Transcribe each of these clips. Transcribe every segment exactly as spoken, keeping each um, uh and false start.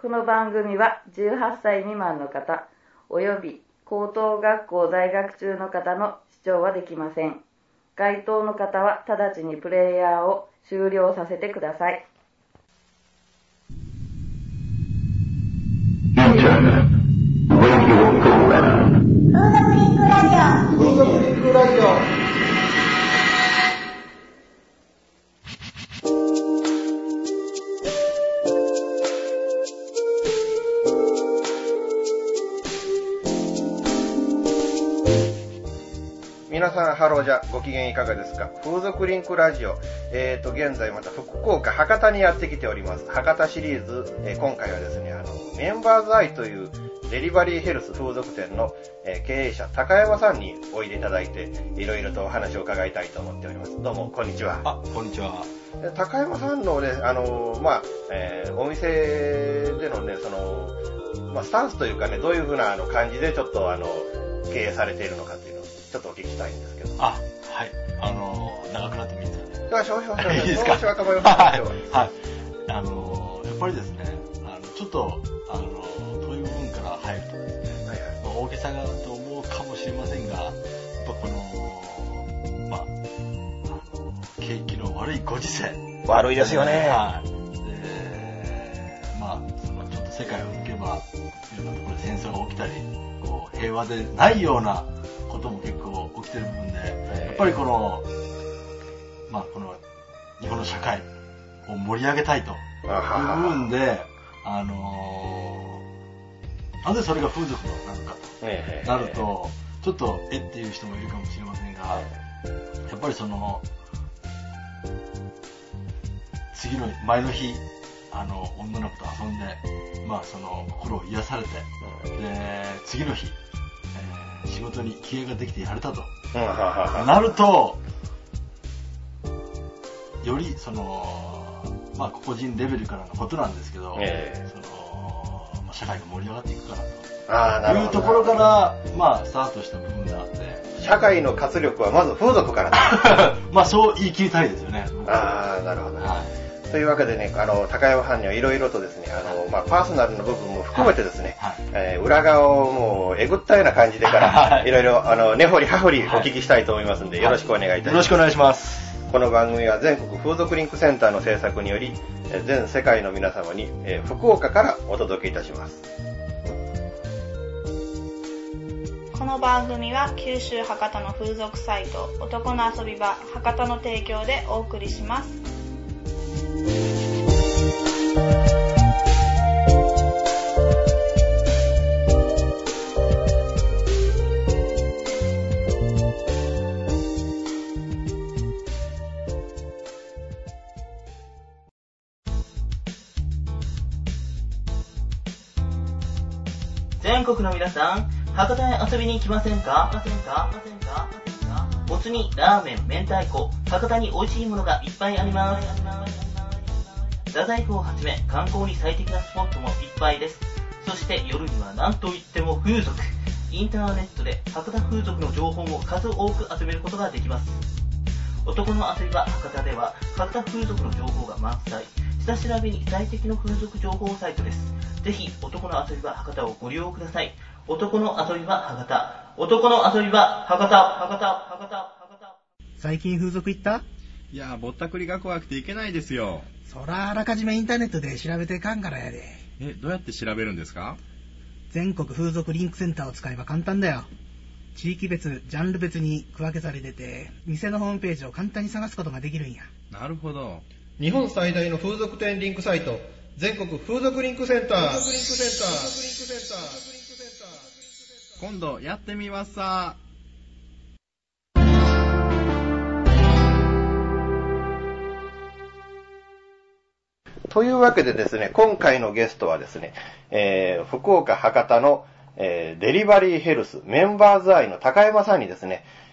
この番組はじゅうはっさい未満の方および高等学校在学中の方の視聴はできません。該当の方は直ちにプレイヤーを終了させてください。 風俗リンクラジオ。風俗リンクラジオ。 皆さんハローじゃご機嫌いかがですか。風俗リンクラジオ、えーと現在また福岡博多にやってきております。博多シリーズ、えー、今回はですね、あのメンバーズアイというデリバリーヘルス風俗店の、えー、経営者高山さんにおいでいただいていろいろとお話を伺いたいと思っております。どうもこんにちは。 あ、こんにちは。 高山さんのね、あのまあ、えー、お店でのね、そのまあ、スタンスというかね、どういう風なあの感じでちょっとあの経営されているのかっていうのをちょっとお聞きしたいんですけど。 あ、はい。あのー、長くなってもいいですかね。 少々少々 いいですか。 少々構いません。はい。 はい。あのー、やっぱりですね、あのちょっとあの遠い部分から入るとですね、はいはい、まあ、大げさだと思うかもしれませんが、やっぱこのまあ、あの景気の悪いご時世。 悪いですよね。 はい。で、まあそのちょっと世界を抜けばいろんなところで戦争が起きたり、こう平和でないようなことも結構起きてる部分で、やっぱりこのまあこの日本の社会を盛り上げたいという部分で、あのー、なぜそれが風俗なのかとなると、ちょっとえっていう人もいるかもしれませんが、やっぱりその次の前の日、あの女の子と遊んで、まあその心を癒されて、で次の日、えー、仕事に気合ができてやれたとなると、よりそのまあ個人レベルからのことなんですけど、えー、そのまあ、社会が盛り上がっていくかなと。あ、なるほど。いうところからまあスタートした部分があって、 社会の活力はまず風俗からだ。 まあそう言い切りたいですよね。 ああ、なるほど。はい。というわけでね、あの高山さんにはいろいろとですね、あのまあパーソナルの部分も含めてですね、はいはい、えー、裏側をもうえぐったような感じでからいろいろあの根掘り葉掘りお聞きしたいと思いますので、はい、よろしくお願いいたします。 よろしくお願いします。 この番組は全国風俗リンクセンターの制作により、全世界の皆様に福岡からお届けいたします。 この番組は九州博多の風俗サイト男の遊び場博多の提供でお送りします。 全国の皆さん、博多へ遊びに行きませんか？ませんか？ませんか？ませんか？もつ煮、ラーメン、明太子、博多に美味しいものがいっぱいあります。太宰府をはじめ観光に最適なスポットもいっぱいです。そして夜には何といっても風俗。インターネットで博多風俗の情報も数多く集めることができます。男の遊び場博多では博多風俗の情報が満載。下調べに最適の風俗情報サイトです。ぜひ男の遊び場博多をご利用ください。男の遊び場博多、男の遊び場博多、博多、博多、博多。 最近風俗行った？ いや、ぼったくりが怖くて行けないですよ。 そらあらかじめインターネットで調べてかんからやで。 え、どうやって調べるんですか？ 全国風俗リンクセンターを使えば簡単だよ。地域別、ジャンル別に区分けされてて、店のホームページを簡単に探すことができるんや。 なるほど。 日本最大の風俗店リンクサイト、全国風俗リンクセンター。風俗リンクセンター。風俗リンクセンター。今度やってみますさ。 というわけでですね、今回のゲストはですね、えー、福岡博多の、えー、デリバリーヘルスメンバーズアイの高山さんにですね、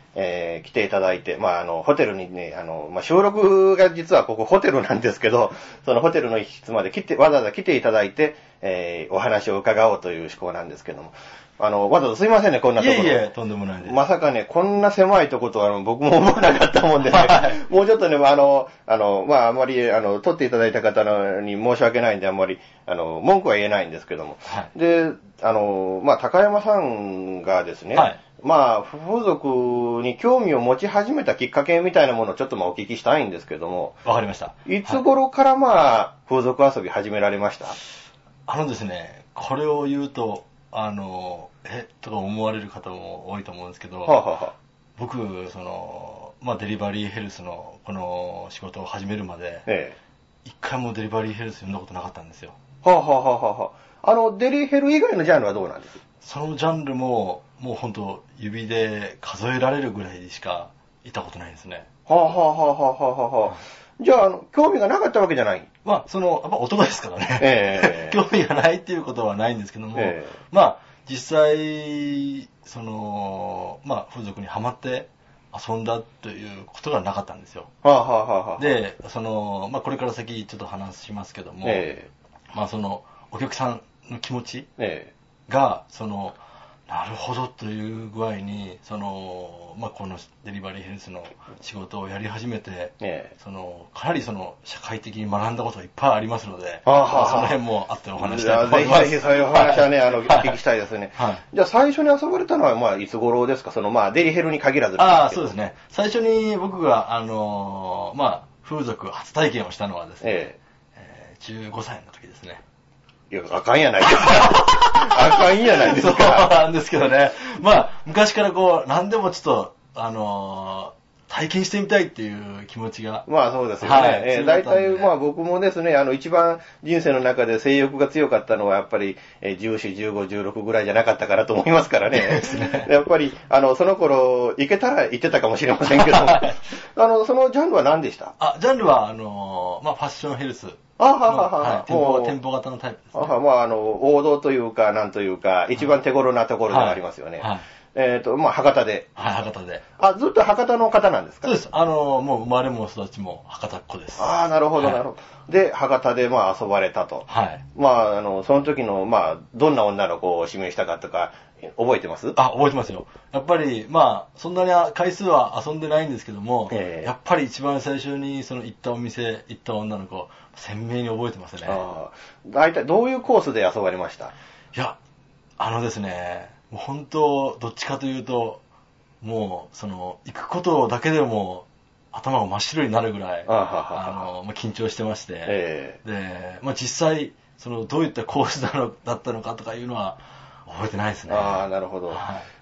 えー、来ていただいて、まあ、あの、ホテルにね、あの、まあ、収録が実はここホテルなんですけど、そのホテルの一室まで来て、わざわざ来ていただいて、えー、お話を伺おうという趣向なんですけども、あの、わざわざすいませんね、こんなところ。 いえいえ、とんでもないです。 まさかね、こんな狭いとことは僕も思わなかったもんでね、もうちょっとね、あの、あの、まあ、あんまり、あの、撮っていただいた方に申し訳ないんで、あんまり、あの、文句は言えないんですけども。 はい、 で、あの、まあ、高山さんがですね、はい、まあ、風俗に興味を持ち始めたきっかけみたいなものをちょっとまあお聞きしたいんですけども。 わかりました。 いつ頃からまあ、風俗遊び始められました？ あのですね、これを言うと、あの、えとか思われる方も多いと思うんですけど、はあはあ、僕、その、まあ、デリバリーヘルスのこの仕事を始めるまで、ええ、一回もデリバリーヘルス読んだことなかったんですよ。 はあはあはあはあ。あの、デリヘル以外のジャンルはどうなんですか？ そのジャンルも、もう本当指で数えられるぐらいしかいたことないですね。 はあはあはあはあはあはあ。じゃあ、あの、興味がなかったわけじゃない？ まあ、その、やっぱ男ですからね。えー、興味がないっていうことはないんですけども、えー、まあ、実際、その、まあ、風俗にハマって遊んだということがなかったんですよ。 はあはあはあ、 で、その、まあ、これから先ちょっと話しますけども、えー、まあ、その、お客さんの気持ちが、その、なるほどという具合に、その、まあ、このデリバリーヘルスの仕事をやり始めて、ええ、その、かなりその、社会的に学んだことがいっぱいありますので、あまあ、その辺もあってお話したいと思います。 ぜひぜひそういうお話はね、はい、あの、お聞きしたいですね。はい、じゃあ最初に遊ばれたのは、まあ、いつ頃ですか？その、まあ、デリヘルに限らず。 ああ、そうですね。最初に僕が、あの、まあ、風俗初体験をしたのはですね、えええー、じゅうごさいの時ですね。 いや、あかんやないですか。あかんやないですか。 そうなんですけどね。まあ、昔からこう、何でもちょっと、あのー、体験してみたいっていう気持ちが。 まあそうですよね。はい、えー、大体、まあ僕もですね、あの、一番人生の中で性欲が強かったのは、やっぱり、えー、じゅうよん、じゅうご、じゅうろくぐらいじゃなかったからと思いますからね。ですね。やっぱり、あの、その頃、行けたら行ってたかもしれませんけど、あの、そのジャンルは何でした？ あ、ジャンルは、あのー、まあファッションヘルス。 あははは、 はい、店舗、店舗型のタイプですね。 あは、まああの、王道というか、なんというか、一番手頃なところではありますよね。はいはい、えっ、ー、と、まあ博多で。 はい、博多で。 あ、ずっと博多の方なんですか？ そうです。あの、もう生まれも育ちも博多っ子です。 ああ、なるほど、なるほど。で、博多でまあ遊ばれたと。はい。まあ、あの、その時の、まあ、どんな女の子を指名したかとか、覚えてます？ あ、覚えてますよ。やっぱり、まあ、そんなに回数は遊んでないんですけども、えー、やっぱり一番最初にその行ったお店、行った女の子、鮮明に覚えてますね。 ああ。大体どういうコースで遊ばれました？ いや、あのですね、もう本当、どっちかというと、もう、その、行くことだけでも、頭が真っ白になるぐらい、あ, はははあの、まあ、緊張してまして、えー、で、まあ、実際、その、どういったコースだのだったのかとかいうのは、覚えてないですね。 ああ、なるほど。はい、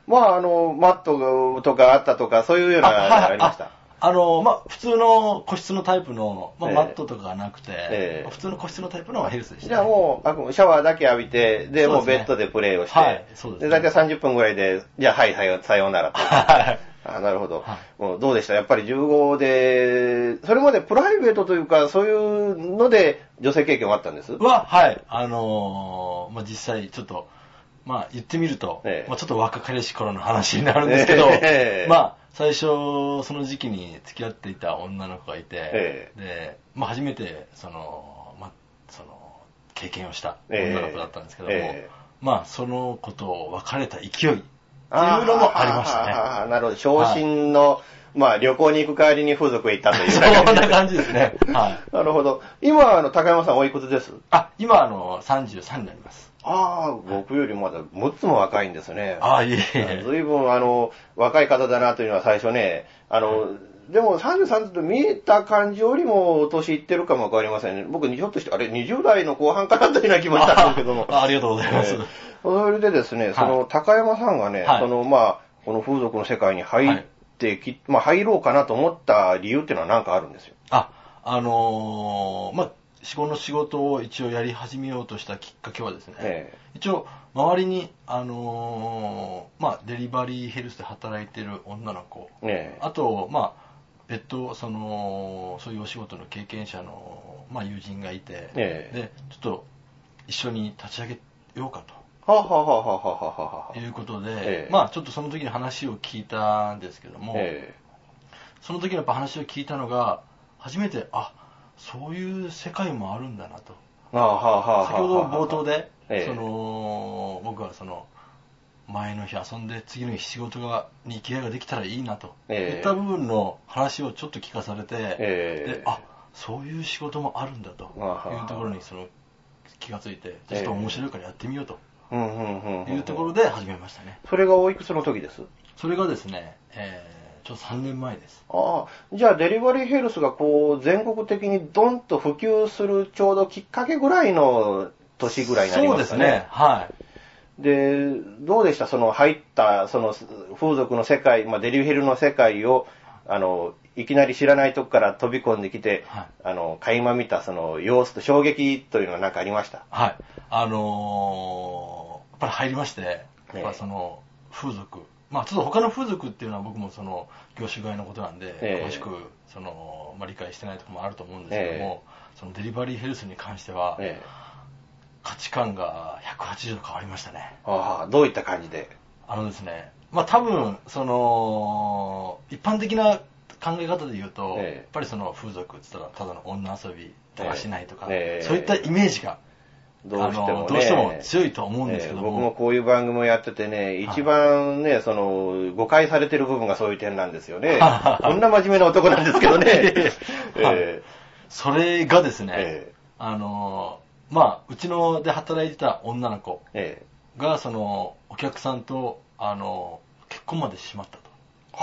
まあ、あの、マットとかあったとか、そういうようなのがありました。 あの、まあ、普通の個室のタイプの、まあ、マットとかがなくて、えー、普通の個室のタイプのヘルスでした、ね。 じゃあもう、シャワーだけ浴びて、で、でもうベッドでプレイをして、はい、そうですね。で、だいたいさんじゅっぷんぐらいで、じゃあ、はい、さよ、さようならと。はいあなるほど、はい。もうどうでしたやっぱりじゅうごで、それまでプライベートというか、そういうので女性経験はあったんですは、はい。あのー、まあ、実際ちょっと、まあ、言ってみると、ええまあ、ちょっと若かりし頃の話になるんですけど、ええ、まあ、最初、その時期に付き合っていた女の子がいて、ええ、で、まあ、初めて、その、まあ、その、経験をした女の子だったんですけども、ええ、まあ、その子と別れた勢い、っていうのもありましたね。 ああ、なるほど。昇進の、はい、まあ旅行に行く代わりに風俗へ行ったという。 そんな感じですね。はい。 なるほど。今、あの、高山さんおいくつです？ あ、今、あの、さんじゅうさんになります。 ああ、僕よりまだむっつも若いんですね。 ああ、いえいえ。 ずいぶん、あの、若い方だなというのは最初ね、あの、はい、でもさんじゅうさんって見えた感じよりもお年いってるかもわかりませんね。僕、ひょっとして、あれ、にじゅう代の後半かなというような気もしたんですけども。 あ, ありがとうございます。えー、 それでですね、その、高山さんがね、はい、その、まあ、この風俗の世界に入ってき、はい、まあ入ろうかなと思った理由っていうのは何かあるんですよ。 あ、あのー、まあ、仕事の仕事を一応やり始めようとしたきっかけはですね、ええ、一応周りに、あのー、まあ、デリバリーヘルスで働いてる女の子、ええ、あと、まあ、別途、その、そういうお仕事の経験者の、まあ、友人がいて、ええ、で、ちょっと一緒に立ち上げようかと。 はあ、はあはあはあはあはあ、 いうことで、 ええ、 まあちょっとその時に話を聞いたんですけども、 ええ、 その時のやっぱ話を聞いたのが、初めて、あ、そういう世界もあるんだなと。 はあはあはあ、 先ほど冒頭で、 ええ、 その僕はその前の日遊んで次の日仕事がに行き合いができたらいいなと、ええ、いった部分の話をちょっと聞かされて、ええ、で、あ、そういう仕事もあるんだというところにその気がついて、ちょっと面白いからやってみようというところで始めましたね。 それがおいくつの時です？ それがですね、えー、ちょうどさんねんまえです。 ああ、じゃあデリバリーヘルスがこう全国的にドンと普及するちょうどきっかけぐらいの年ぐらいになりますかね。 そうですね。はい。 で、どうでしたその入った、その風俗の世界、まあ、デリヘルの世界を、あの、いきなり知らないとこから飛び込んできて、はい、あの、垣間見たその様子と衝撃というのは何かありました？ はい。あのー、やっぱり入りまして、やっぱその、風俗、まあちょっと他の風俗っていうのは僕もその、業種外のことなんで、えー、詳しく、その、まあ理解してないところもあると思うんですけども、えー、そのデリバリーヘルスに関しては、えー価値観がひゃくはちじゅうど変わりましたね。 ああ、どういった感じで？ あのですね、まあ多分、その、一般的な考え方で言うと、えー、やっぱりその風俗って言ったらただの女遊び、だらしないとか、えー、そういったイメージが、 どうしてもね、 どうしても強いと思うんですけども、 えー、僕もこういう番組をやっててね、一番ね、その、誤解されてる部分がそういう点なんですよね。こんな真面目な男なんですけどね。 えー、それがですね、えー、あの、まあ、うちので働いてた女の子が、その、お客さんと、あの、結婚までしまったと。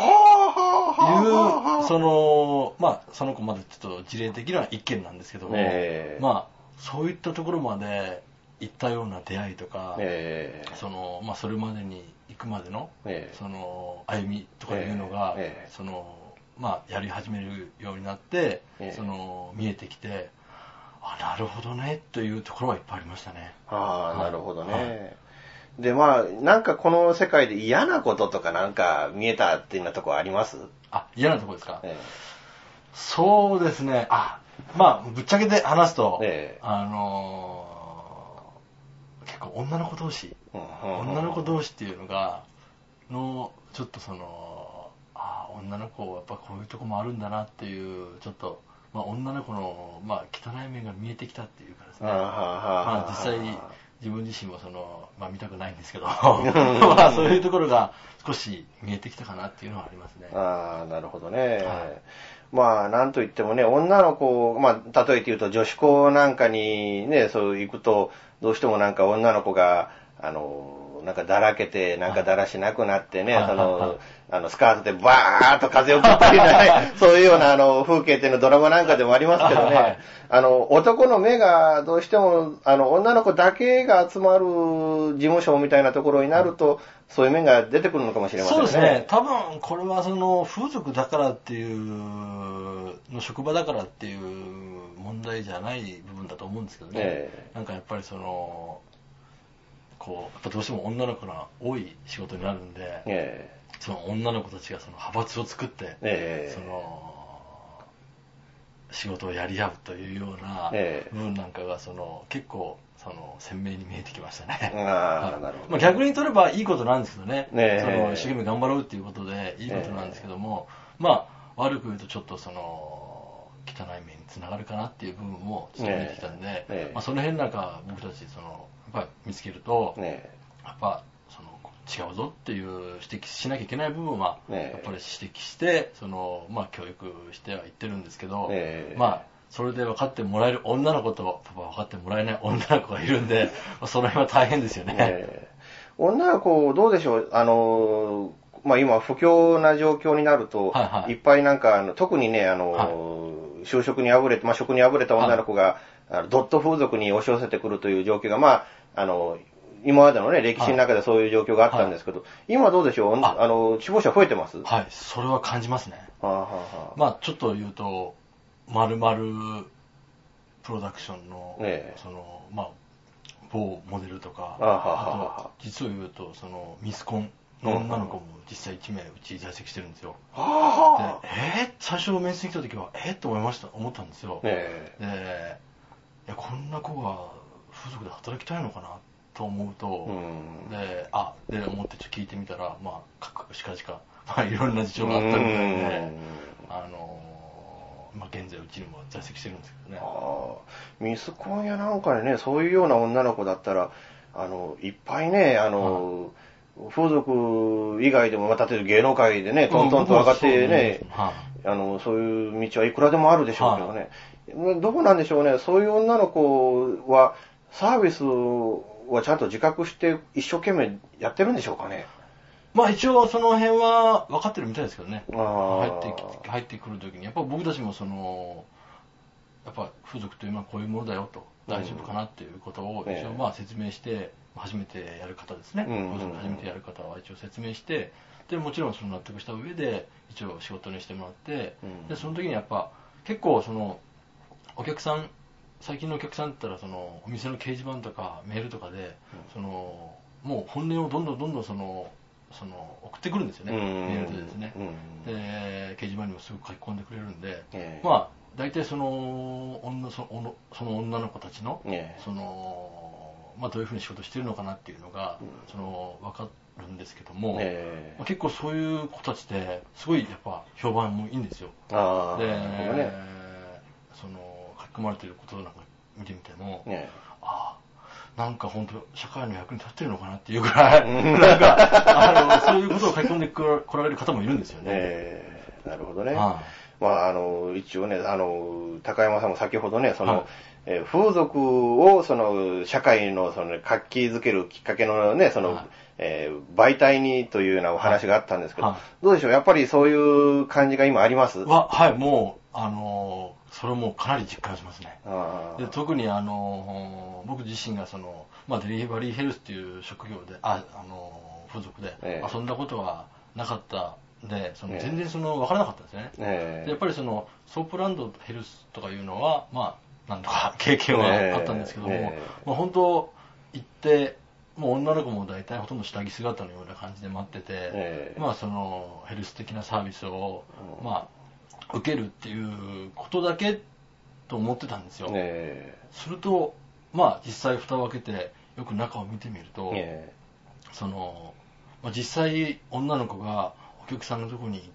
いう、その、まあ、その子までちょっと事例的な一件なんですけども、えー、まあ、そういったところまで行ったような出会いとか、えー、その、まあ、それまでに行くまでの、えー、その、歩みとかいうのが、えー、その、まあ、やり始めるようになって、えー、その、見えてきて、あ、なるほどね、というところはいっぱいありましたね。 ああ、なるほどね。はい、で、まあ、なんかこの世界で嫌なこととかなんか見えたっていうようなところあります？ あ、嫌なところですか？ええ、そうですね。あ、まあ、ぶっちゃけて話すと、ええ、あのー、結構女の子同士、うんうんうん、女の子同士っていうのが、の、ちょっとその、あ、女の子やっぱこういうとこもあるんだなっていう、ちょっと、まあ、女の子の、まあ、汚い面が見えてきたっていうかですね。まあ、実際、自分自身もその、まあ、見たくないんですけど、まあ、そういうところが少し見えてきたかなっていうのはありますね。 ああ、なるほどね。はい、まあ、なんといってもね、女の子、まあ、例えて言うと女子校なんかにね、そう行くと、どうしてもなんか女の子が、あの、なんかだらけて、なんかだらしなくなってね、その、あの、スカートでバーッと風を送ったりね、そういうようなあの、風景っていうのドラマなんかでもありますけどね、あの、男の目がどうしても、あの、女の子だけが集まる事務所みたいなところになると、そういう面が出てくるのかもしれませんね。 そうですね。多分、これはその、風俗だからっていう、の職場だからっていう問題じゃない部分だと思うんですけどね。えー、なんかやっぱりその、こう、やっぱどうしても女の子が多い仕事になるんで、えー、その女の子たちがその派閥を作って、えー、その、仕事をやり合うというような部分なんかがその、結構、その鮮明に見えてきましたね。あ、なるほど。まあ、逆にとればいいことなんですけどね。ね、その一生懸命頑張ろうっていうことでいいことなんですけども、まあ悪く言うとちょっとその汚い面につながるかなっていう部分もちょっと見えてきたんで、ねね、まあその辺なんか僕たちそのやっぱ見つけると、ね、やっぱその違うぞっていう指摘しなきゃいけない部分はやっぱり指摘してそのまあ教育してはいってるんですけど、ね、まあそれで分かってもらえる女の子と、パパ分かってもらえない女の子がいるんで、その辺は大変ですよね。 えー、女の子、どうでしょう、あの、まあ、今、不況な状況になると、はいはい、いっぱいなんか、あの特にね、あの、はい、就職にあぶれて、まあ、職にあぶれた女の子が、はい、ドット風俗に押し寄せてくるという状況が、まあ、あの、今までのね、歴史の中でそういう状況があったんですけど、はい、今どうでしょう、ああの、死亡者増えてます？ はい、それは感じますね。はあはあ、まあ、ちょっと言うと、まるまるプロダクションの、ええ、その、まあ、某モデルとか、あ, あと、実を言うと、その、ミスコンの女の子も実際いち名うち在籍してるんですよ。はでえー、最初面接来た時は、えー、って思いました、思ったんですよ。ええ、で、いや、こんな子が風俗で働きたいのかなっと思うと、 うん、 で、あ、で、思ってちょっと聞いてみたら、まあ、かくしかじか、まあ、いろんな事情があったみたいで、あの、まあ、現在うちにも在籍してるんですけどね。 あミスコンやなんかでね、そういうような女の子だったら、あの、いっぱいね、あの、はい、風俗以外でも、まあ、例えば芸能界でね、トントンと上がってね、うんはい、あの、そういう道はいくらでもあるでしょうけどね。はい、どうなんでしょうね、そういう女の子は、サービスはちゃんと自覚して一生懸命やってるんでしょうかね。 まあ一応その辺は分かってるみたいですけどね。入ってき、入ってくるときに、やっぱ僕たちもその、やっぱ風俗というのはこういうものだよと、大丈夫かなっていうことを一応まあ説明して、初めてやる方ですね。風俗初めてやる方は一応説明して、で、もちろんその納得した上で、一応仕事にしてもらって、で、その時にやっぱ、結構その、お客さん、最近のお客さんって言ったら、その、お店の掲示板とかメールとかで、その、もう本音をどんどんどんどんその、その送ってくるんですよね、メールでですね。で、掲示板にもすぐ書き込んでくれるんで、まあ、大体その女、その、その女の子たちの、その、まあ、どういうふうに仕事してるのかなっていうのが、その、わかるんですけども、まあ、結構そういう子たちってすごいやっぱ評判もいいんですよ。で、ね、その書き込まれてることなんか見てみても、ね、ああなんか本当社会の役に立ってるのかなっていうぐらいなんかあのそういうことを書き込んでこられる方もいるんですよね。 えー、なるほどね。はあ、まああの一応ねあの高山さんも先ほどねその、はい、えー、風俗をその社会のその活気づけるきっかけのねその、はい、えー、媒体にというようなお話があったんですけど、はいはい、どうでしょうやっぱりそういう感じが今あります？ ははいもうあのー、それもかなり実感しますね。で特にあのー、僕自身がそのまあデリバリーヘルスっていう職業でああのー、風俗で遊んだことがなかったんでその全然その分からなかったんですね。えー、でやっぱりそのソープランドヘルスとかいうのはまあなんとか経験はあったんですけども、えー、まあ本当行ってもう女の子も大体ほとんど下着姿のような感じで待ってて、えー、まあそのヘルス的なサービスを、うん、まあ受けるっていうことだけと思ってたんですよ。えー、するとまあ実際蓋を開けてよく中を見てみると、えー、その、まあ、実際女の子がお客さんのところに行って、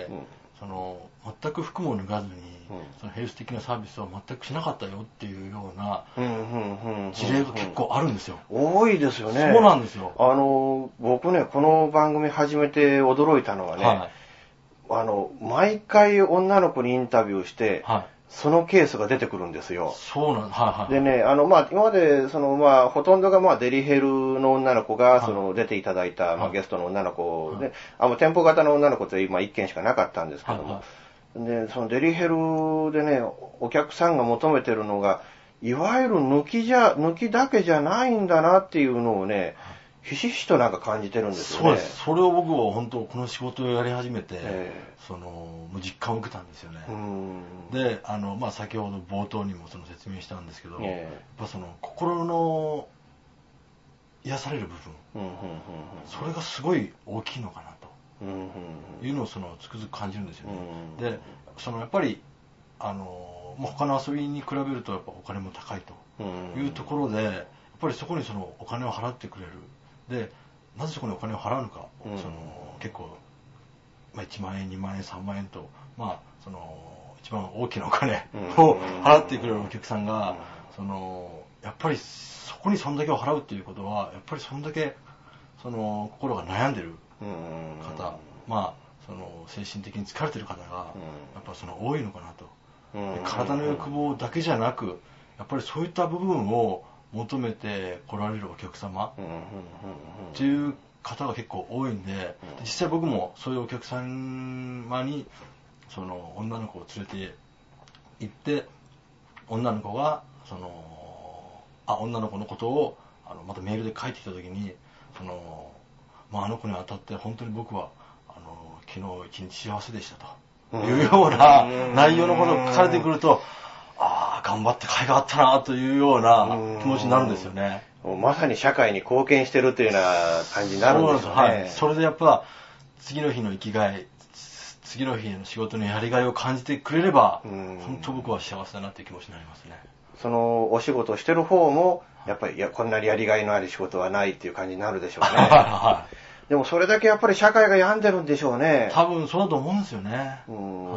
うん、その全く服も脱がずに、うん、そのヘルス的なサービスを全くしなかったよっていうような事例が結構あるんですよ。 多いですよね。 そうなんですよ。 あの僕ねこの番組始めて驚いたのはね、はい、あの毎回女の子にインタビューして、はい、そのケースが出てくるんですよ。 そうなんです。はいはい。 でね、あのまあ今までそのまあほとんどがまあデリヘルの女の子がその出ていただいた、はい、まあゲストの女の子で、はい、あの店舗型の女の子って今一件しかなかったんですけども。はいはいで、そのデリヘルでね、お客さんが求めてるのが、いわゆる抜きじゃ、抜きだけじゃないんだなっていうのをね、ひしひしとなんか感じてるんですよね。 そうです。それを僕は本当この仕事をやり始めて、えー、その、もう実感を受けたんですよね。うんで、あの、まあ、先ほど冒頭にもその説明したんですけど、えー、やっぱその心の癒される部分、うんうんうんうん、それがすごい大きいのかなと。いうのをそのつくづく感じるんですよね。で、そのやっぱりあの他の遊びに比べるとやっぱお金も高いというところで、やっぱりそこにそのお金を払ってくれる。で、なぜそこにお金を払うのか、その結構まあいちまんえん、にまんえん、さんまんえんとまあその一番大きなお金を払ってくれるお客さんがそのやっぱりそこにそんだけを払うっていうことはやっぱりそんだけその心が悩んでる。方、まあその精神的に疲れてる方がやっぱその多いのかなと。体の欲望だけじゃなく、やっぱりそういった部分を求めて来られるお客様っていう方が結構多いんで、実際僕もそういうお客様にその女の子を連れて行って、女の子がそのあ女の子のことをあのまたメールで書いてきた時にそのまあ、あの子に当たって本当に僕はあの昨日一日幸せでしたというような内容のことが書かれてくると、ああ頑張って甲斐があったなというような気持ちになるんですよね。 まさに社会に貢献してるというような感じになるんですよね。 そうなんです、はい、それでやっぱ次の日の生きがい、次の日の仕事のやりがいを感じてくれれば本当僕は幸せだなという気持ちになりますね。 そのお仕事をしてる方も、やっぱりいやこんなにやりがいのある仕事はないっていう感じになるでしょうね。はい、でもそれだけやっぱり社会が病んでるんでしょうね。 多分そうだと思うんですよね。 うん、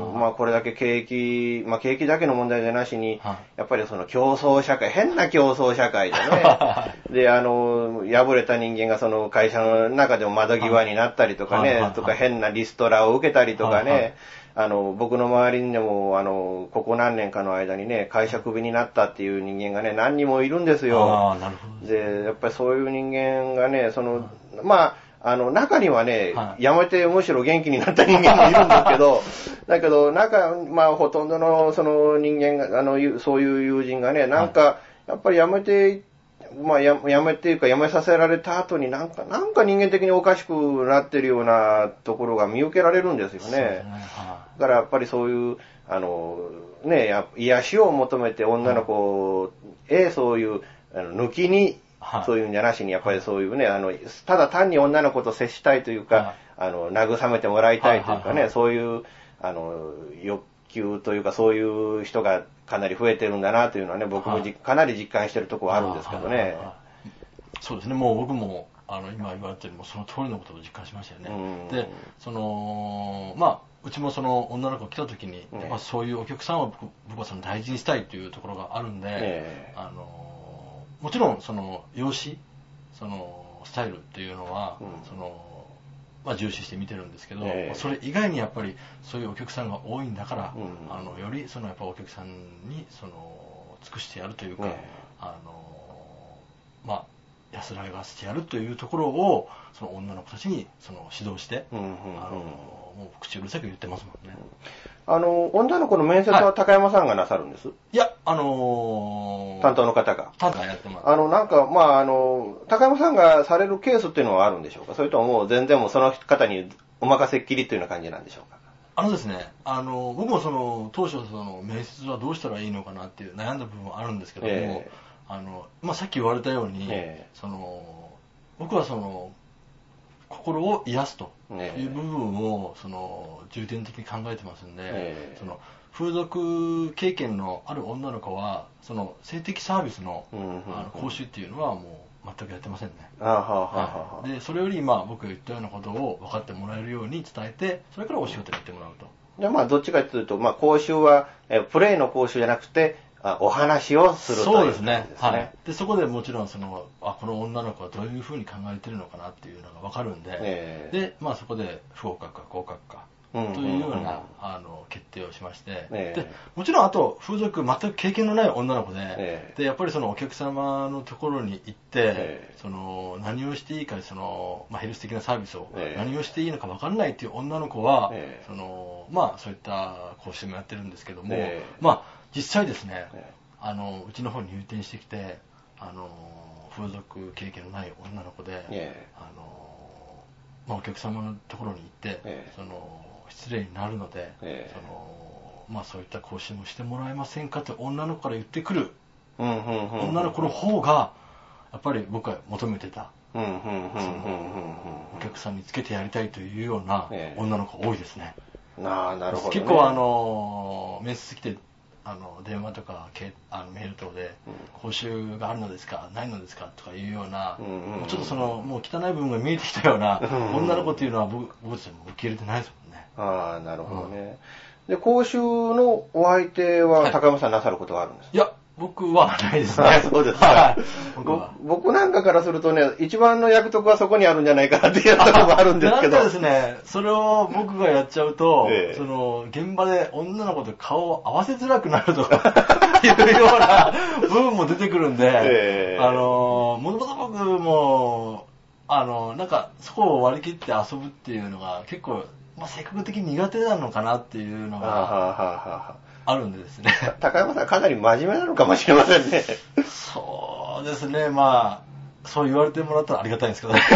まあこれだけ景気、まあ景気だけの問題じゃなしに、はい、やっぱりその競争社会、変な競争社会でね。で、あの、敗れた人間がその会社の中でも窓際になったりとかね、はいはい、とか変なリストラを受けたりとかね、はいはい、あの、僕の周りにでも、あの、ここ何年かの間にね、会社クビになったっていう人間がね、何人もいるんですよ。 ああ、なるほど。 で、やっぱりそういう人間がね、その、まあ、あの、中にはね、はい、辞めてむしろ元気になった人間もいるんですけど、だけど、中、まあ、ほとんどのその人間が、あの、そういう友人がね、なんか、はい、やっぱり辞めて、まあ、や、やめっていうか、辞めさせられた後になんか、なんか人間的におかしくなってるようなところが見受けられるんですよね。そうですね。はい、だからやっぱりそういう、あの、ね、癒しを求めて女の子へそういう、あの抜きに、はい、そういうんじゃなしに、やっぱりそういうね、あの、ただ単に女の子と接したいというか、はい、あの、慰めてもらいたいというかね、はいはいはい、そういう、あの、欲求というか、そういう人がかなり増えてるんだなというのはね、僕もじ、はい、かなり実感してるところはあるんですけどね。はいはいはいはい、 そうですね、もう僕も、あの、今言われてるもその通りのことを実感しましたよね。で、その、まあ、うちもその女の子が来た時に、ね、まあ、そういうお客さんを僕、僕はその大事にしたいというところがあるんで、ね、あの、もちろんその容姿、そのスタイルっていうのは、うん、そのまあ、重視して見てるんですけど、ね、それ以外にやっぱりそういうお客さんが多いんだから、うん、あのよりそのやっぱお客さんにその尽くしてやるというか、ね、あのまあ安らがせてやるというところをその女の子たちにその指導して、うんうんうん、あのもう口うるさく言ってますもんね。 あの女の子の面接は高山さんがなさるんです？ はい、いや、あのー、 担当の方が。 担当やってます。 あの、なんか、まあ、あの、高山さんがされるケースっていうのはあるんでしょうか？それとももう全然もうその方にお任せっきりというような感じなんでしょうか？ あのですね、あの、僕もその、当初その、面接はどうしたらいいのかなっていう悩んだ部分はあるんですけども、えー、あの、まあ、さっき言われたように、えー、その、僕はその、心を癒すという部分をその重点的に考えてますんで、えー、その風俗経験のある女の子はその性的サービスの、うんうんうん、あの講習っていうのはもう全くやってませんね。あははははでそれより今僕が言ったようなことを分かってもらえるように伝えて、それからお仕事やってもらうと。 でまあどっちかというと、まあ、講習はえプレイの講習じゃなくてあお話をするという、ね、 そうですね。はい。で、そこでもちろんその、あ、この女の子はどういうふうに考えてるのかなっていうのがわかるんで、えー、で、まあそこで不合格か合格かというような、うんうんうん、あの決定をしまして、えー、で、もちろんあと風俗全く経験のない女の子で、えー、で、やっぱりそのお客様のところに行って、えー、その何をしていいか、その、まあヘルス的なサービスを、えー、何をしていいのかわかんないっていう女の子は、えー、その、まあそういった講習もやってるんですけども、えー、まあ実際ですね、あのうちの方に入店してきて、あの風俗経験のない女の子で、あのまあ、お客様のところに行って、その失礼になるので、そのまあ、そういった講習もしてもらえませんかと女の子から言ってくる女の子の方がやっぱり僕は求めてた、お客さんにつけてやりたいというような女の子が多いですね。 なるほどね。 結構あの面接来てあの電話とかあのメール等で講習があるのですかないのですかとかいうような、うんうん、ちょっとそのもう汚い部分が見えてきたような女の子っていうのは僕たちも受け入れてないですもんね。 ああ、なるほどね。うん、で講習のお相手は高山さんなさることがあるんですか？ いや僕はないですね。 そうですか。僕, 僕なんかからするとね、一番の役得はそこにあるんじゃないかなっていうところもあるんですけど。 なんかですね、それを僕がやっちゃうと、ええ、その現場で女の子と顔を合わせづらくなるとかいうような部分も出てくるんで、ええ、あのもともと僕もあのなんかそこを割り切って遊ぶっていうのが結構、まあ、性格的に苦手なのかなっていうのが。ははははあるんでですね。 高山さんかなり真面目なのかもしれませんね。 そうですね。まあ、そう言われてもらったらありがたいんですけどね。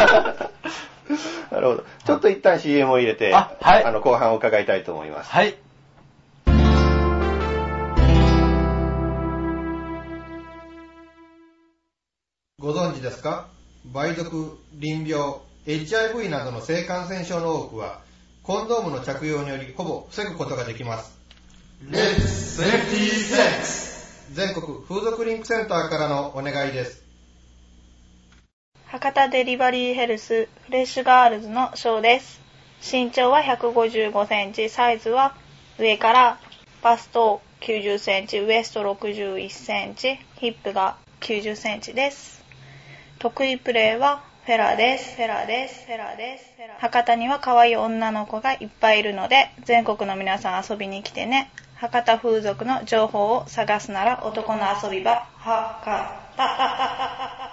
なるほど。ちょっと一旦 シーエム を入れて、あ、はい、あの後半を伺いたいと思います。 はい。 ご存知ですか？梅毒、淋病、エイチアイブイ などの性感染症の多くは、コンドームの着用によりほぼ防ぐことができます。Let's Safety Sex! 全国風俗リンクセンターからのお願いです。 博多デリバリーヘルスフレッシュガールズのショーです。身長はひゃくごじゅうごセンチ、サイズは上からバストきゅうじゅっセンチ、ウエストろくじゅういっセンチ、ヒップがきゅうじゅっセンチです。得意プレーはフェラです。フェラです。フェラです。博多には可愛い女の子がいっぱいいるので、全国の皆さん遊びに来てね。博多風俗の情報を探すなら男の遊び場、博多。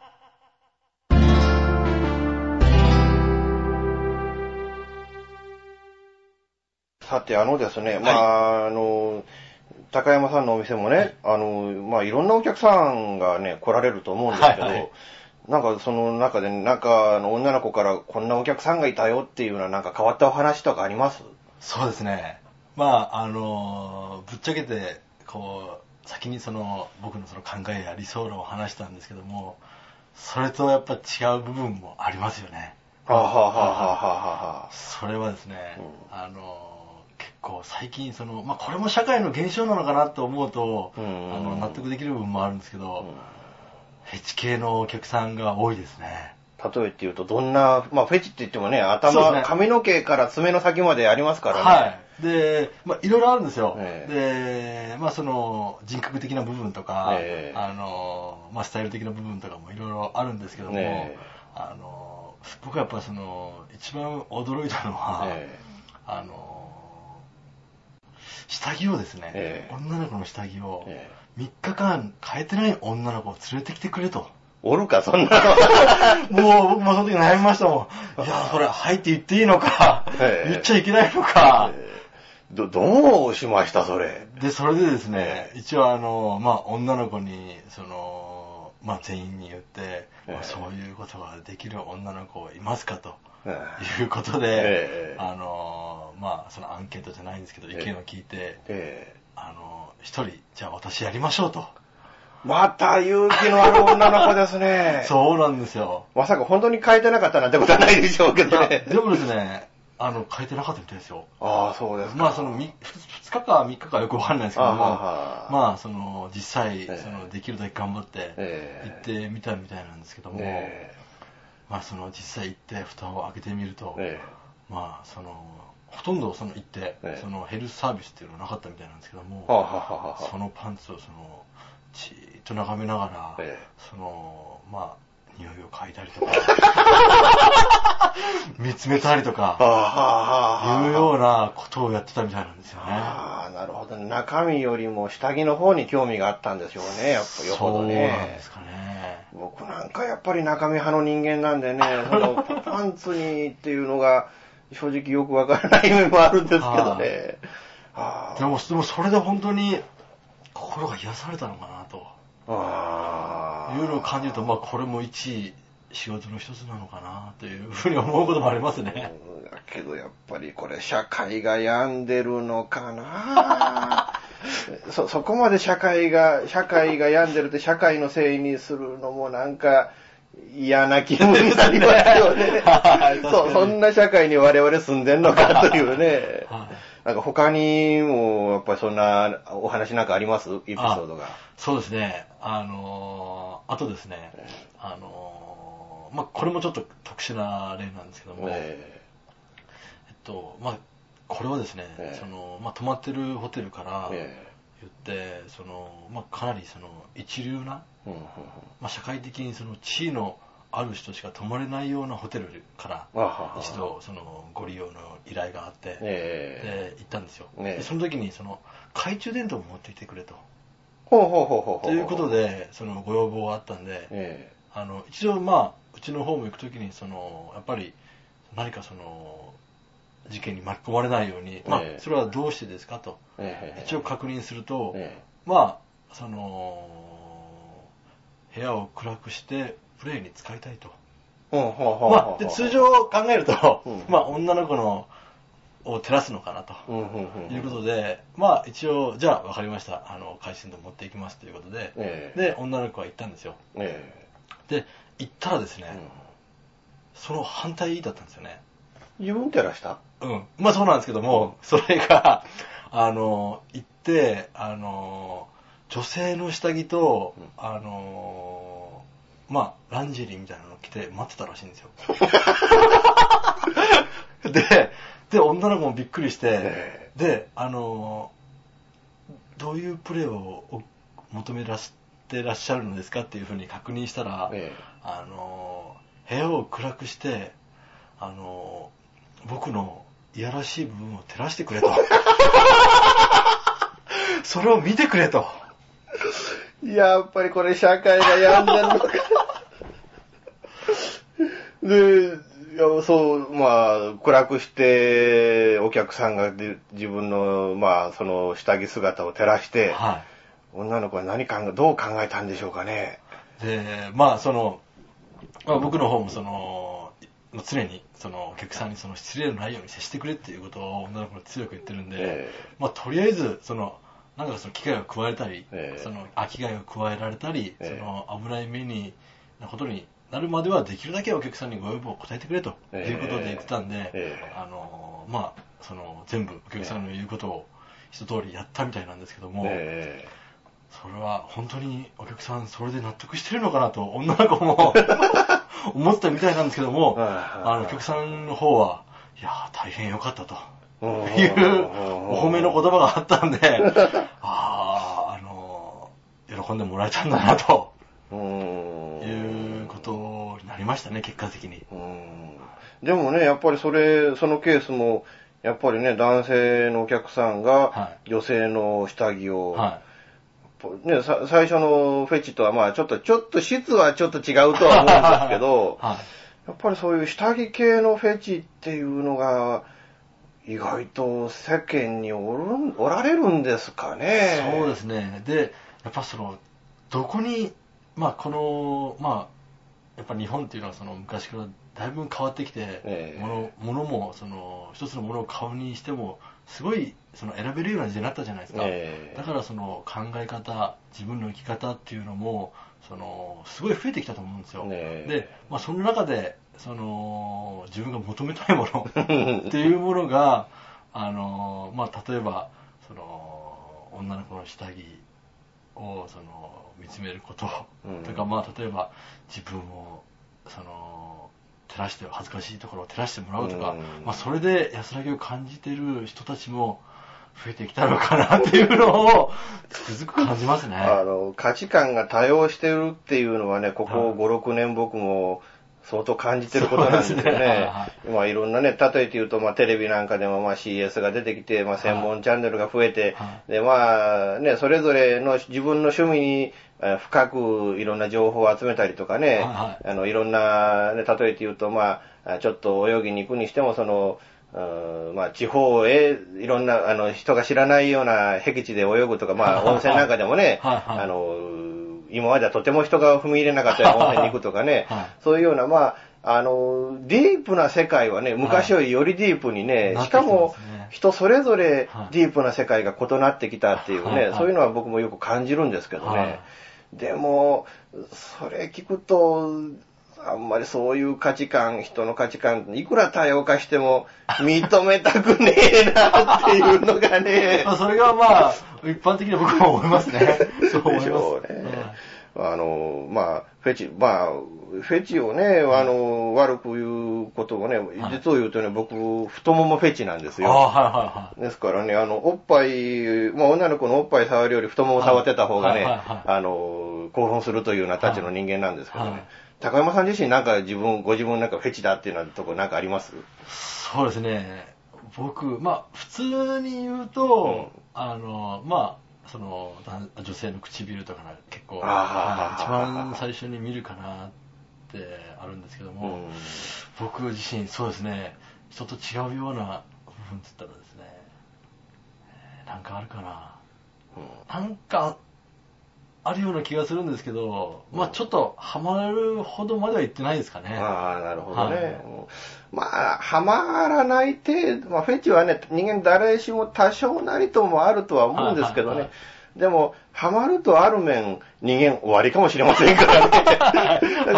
さて、あのですね、 はい、 まあ、あの、高山さんのお店もね、はい、あの、まあ、いろんなお客さんがね、来られると思うんですけど、はいはい、なんかその中で、なんかあの女の子からこんなお客さんがいたよっていうようななんか変わったお話とかあります？ そうですね。まあ、あの、ぶっちゃけて、こう、先にその、僕のその考えや理想論を話したんですけども、それとやっぱ違う部分もありますよね。 はあ、はあはあはあはあ、 それはですね、うん、あの、結構最近その、まあこれも社会の現象なのかなと思うと、うん、あの納得できる部分もあるんですけど、うん、フェチ系のお客さんが多いですね。 例えって言うとどんな、まあフェチって言ってもね、頭、ね、髪の毛から爪の先までありますからね。 はい。で、まあいろいろあるんですよ。えー、で、まあその人格的な部分とか、えー、あの、まあスタイル的な部分とかもいろいろあるんですけども、ね、あの、僕はやっぱその、一番驚いたのは、えー、あの、下着をですね、えー、女の子の下着をみっかかん変えてない女の子を連れてきてくれと。 おるか、そんなの。もう僕もその時悩みましたもん。いや、それ、はいって言っていいのか、えー、言っちゃいけないのか。えー、ど、どうしました、それ。 で、それでですね、えー、一応あの、まあ、女の子に、その、まあ、全員に言って、えーまあ、そういうことができる女の子いますかと。いうことで、えー、あのまあそのアンケートじゃないんですけど意見を聞いて、えー、あの一人じゃあ私やりましょうと。 また勇気のある女の子ですね。 そうなんですよ。 まさか本当に変えてなかったなんてことはないでしょうけどね。 でもですね、あの変えてなかったみたいですよ。 ああ、そうですか。 まあそのふつかかみっかかよくわかんないですけども、あまあその実際、えー、そのできるだけ頑張って行ってみたみたいなんですけども。えーまあその実際行って蓋を開けてみると、ええ、まあそのほとんどその行って、ええ、そのヘルスサービスっていうのはなかったみたいなんですけども、はあはあはあ、そのパンツをそのじーっと眺めながら、ええ、そのまあ匂いを嗅いだりとか見つめたりとか、はあはあ、いうようなことをやってたみたいなんですよね。 ああ、なるほど。中身よりも下着の方に興味があったんでしょうね。やっぱよほどね。 そうなんですかね。 僕なんかやっぱり中身派の人間なんでね、そのパンツにっていうのが正直よくわからない面もあるんですけどね。 はあ、でも、でもそれで本当に心が癒されたのかなと。あいうのを感じると、まあこれも一仕事の一つなのかなというふうに思うこともありますね。 だけどやっぱりこれ社会が病んでるのかなそ、そこまで社会が、社会が病んでるって社会のせいにするのもなんか嫌な気分になりますよね。そ, そんな社会に我々住んでんのかというね。なんか他にもやっぱりそんなお話なんかあります？エピソードが。 そうですね。あのー、あとですね、あのー、まあ、これもちょっと特殊な例なんですけども、えー、えっと、まあ、これはですね、えー、その、まあ、泊まってるホテルから言って、えー、その、まあ、かなりその一流な、うんうんうん、まあ、社会的にその地位のある人しか泊まれないようなホテルから一度そのご利用の依頼があって、えー、で行ったんですよ、えー、でその時にその懐中電灯を持ってきてくれとほうほうほうほうということでそのご要望があったんで、えー、あの一応まあうちの方も行く時にそのやっぱり何かその事件に巻き込まれないように、えー、まあそれはどうしてですかと、えー、一応確認すると、えー、まあその部屋を暗くしてプレイに使いたいと。まあ、で通常考えると、うん、まあ女の子のを照らすのかなと、うんうんうん、いうことで、まあ一応じゃあ分かりました。あの回線で持っていきますということで、えー、で女の子は行ったんですよ。えー、で行ったらですね、うん、その反対だったんですよね。 自分照らした？ うん。まあそうなんですけども、うん、それがあの行ってあの女性の下着と、うん、あのー、まあ、ランジェリーみたいなの着て待ってたらしいんですよ。で、で、女の子もびっくりして、で、あのー、どういうプレーを求めらしてらっしゃるのですかっていうふうに確認したら、ええ、あのー、部屋を暗くして、あのー、僕のいやらしい部分を照らしてくれと。それを見てくれと。 やっぱりこれ社会が病んでるのか。で、いやそう、まあ、暗くして、お客さんが自分の、まあ、その下着姿を照らして、はい、女の子は何考え、どう考えたんでしょうかね。 で、まあ、その、まあ、僕の方もその、常に、その、お客さんにその失礼のないように接してくれっていうことを女の子が強く言ってるんで、えー、まあ、とりあえず、その、なんかその機会を加えたり、えー、その、あ、機会を加えられたり、えー、その、危ない目に、なことに、なるまではできるだけお客さんにご要望を答えてくれということで言ってたんで、えー、あのまあその全部お客さんの言うことを一通りやったみたいなんですけども、えー、それは本当にお客さんそれで納得してるのかなと女の子も思ってたみたいなんですけども、あのお客さんの方はいやー大変良かったというお褒めの言葉があったんで、あああの喜んでもらえたんだなと。いうことになりましたね、結果的に。 うん。でもね、やっぱりそれ、そのケースも、やっぱりね、男性のお客さんが女性の下着を、はいね、さ最初のフェチとはまあちょっと、ちょっと質はちょっと違うとは思うんですけど、はい、やっぱりそういう下着系のフェチっていうのが、意外と世間におる、おられるんですかね。 そうですね。で、やっぱその、どこに、まあこの、まあ、やっぱ日本っていうのはその昔からだいぶ変わってきて、えー、物, 物もその一つのものを買うにしてもすごいその選べるような時代になったじゃないですか、えー、だからその考え方、自分の生き方っていうのもそのすごい増えてきたと思うんですよ、えー、で、まあ、その中でその自分が求めたいものっていうものがあの、まあ、例えばその女の子の下着をその見つめること、うん、とか、まあ例えば自分をその照らして恥ずかしいところを照らしてもらうとか、うん、まあそれで安らぎを感じている人たちも増えてきたのかなっていうのをつくづく感じますね。 あの価値観が多様してるっていうのはね、ここご、ろくねん僕も相当感じてることなんですよね。ねまあいろんなね、例えて言うと、まあテレビなんかでもまあ シーエス が出てきて、まあ専門チャンネルが増えて、はい、でまあね、それぞれの自分の趣味に深くいろんな情報を集めたりとかね、はいはい、あのいろんな、ね、例えて言うと、まあちょっと泳ぎに行くにしても、その、うんまあ地方へいろんなあの人が知らないような僻地で泳ぐとか、まあ温泉なんかでもね、はいはい、あの今まではとても人が踏み入れなかったような温泉に行くとかね、はい、そういうような、まあ、あの、ディープな世界はね、昔よりよりディープにね、はい、しかも、人それぞれディープな世界が異なってきたっていうね、はい、そういうのは僕もよく感じるんですけどね。はい、でも、それ聞くと、あんまりそういう価値観、人の価値観、いくら多様化しても認めたくねえなっていうのがね。 それがまあ、一般的に僕も思いますね。そう思います。でしょうね。 うん、あの、まあ、フェチ、まあ、フェチをね、あの、悪く言うことをね、実を言うとね、僕、太ももフェチなんですよ。あはいはいはい、ですからね、あの、おっぱい、まあ、女の子のおっぱい触るより太もも触ってた方がね、はいはいはいはい、あの、興奮するというようなたちの人間なんですけどね。はいはい、高山さん自身なんか自分、ご自分なんかフェチだっていうようなところなんかあります？ そうですね。僕、まあ、普通に言うと、うん、あの、まあ、その、女性の唇とかな結構、一番最初に見るかなってあるんですけども、うん、僕自身そうですね、人と違うような部分って言ったらですね、なんかあるかな。うん、なんか、あるような気がするんですけど、まあちょっとハマるほどまでは言ってないですかね。 ああ、なるほどね。はい、まあ、ハマらない程度、まあフェチはね、人間誰しも多少なりともあるとは思うんですけどね。はいはいはい、でも、ハマるとある面、人間終わりかもしれませんからね。だからハ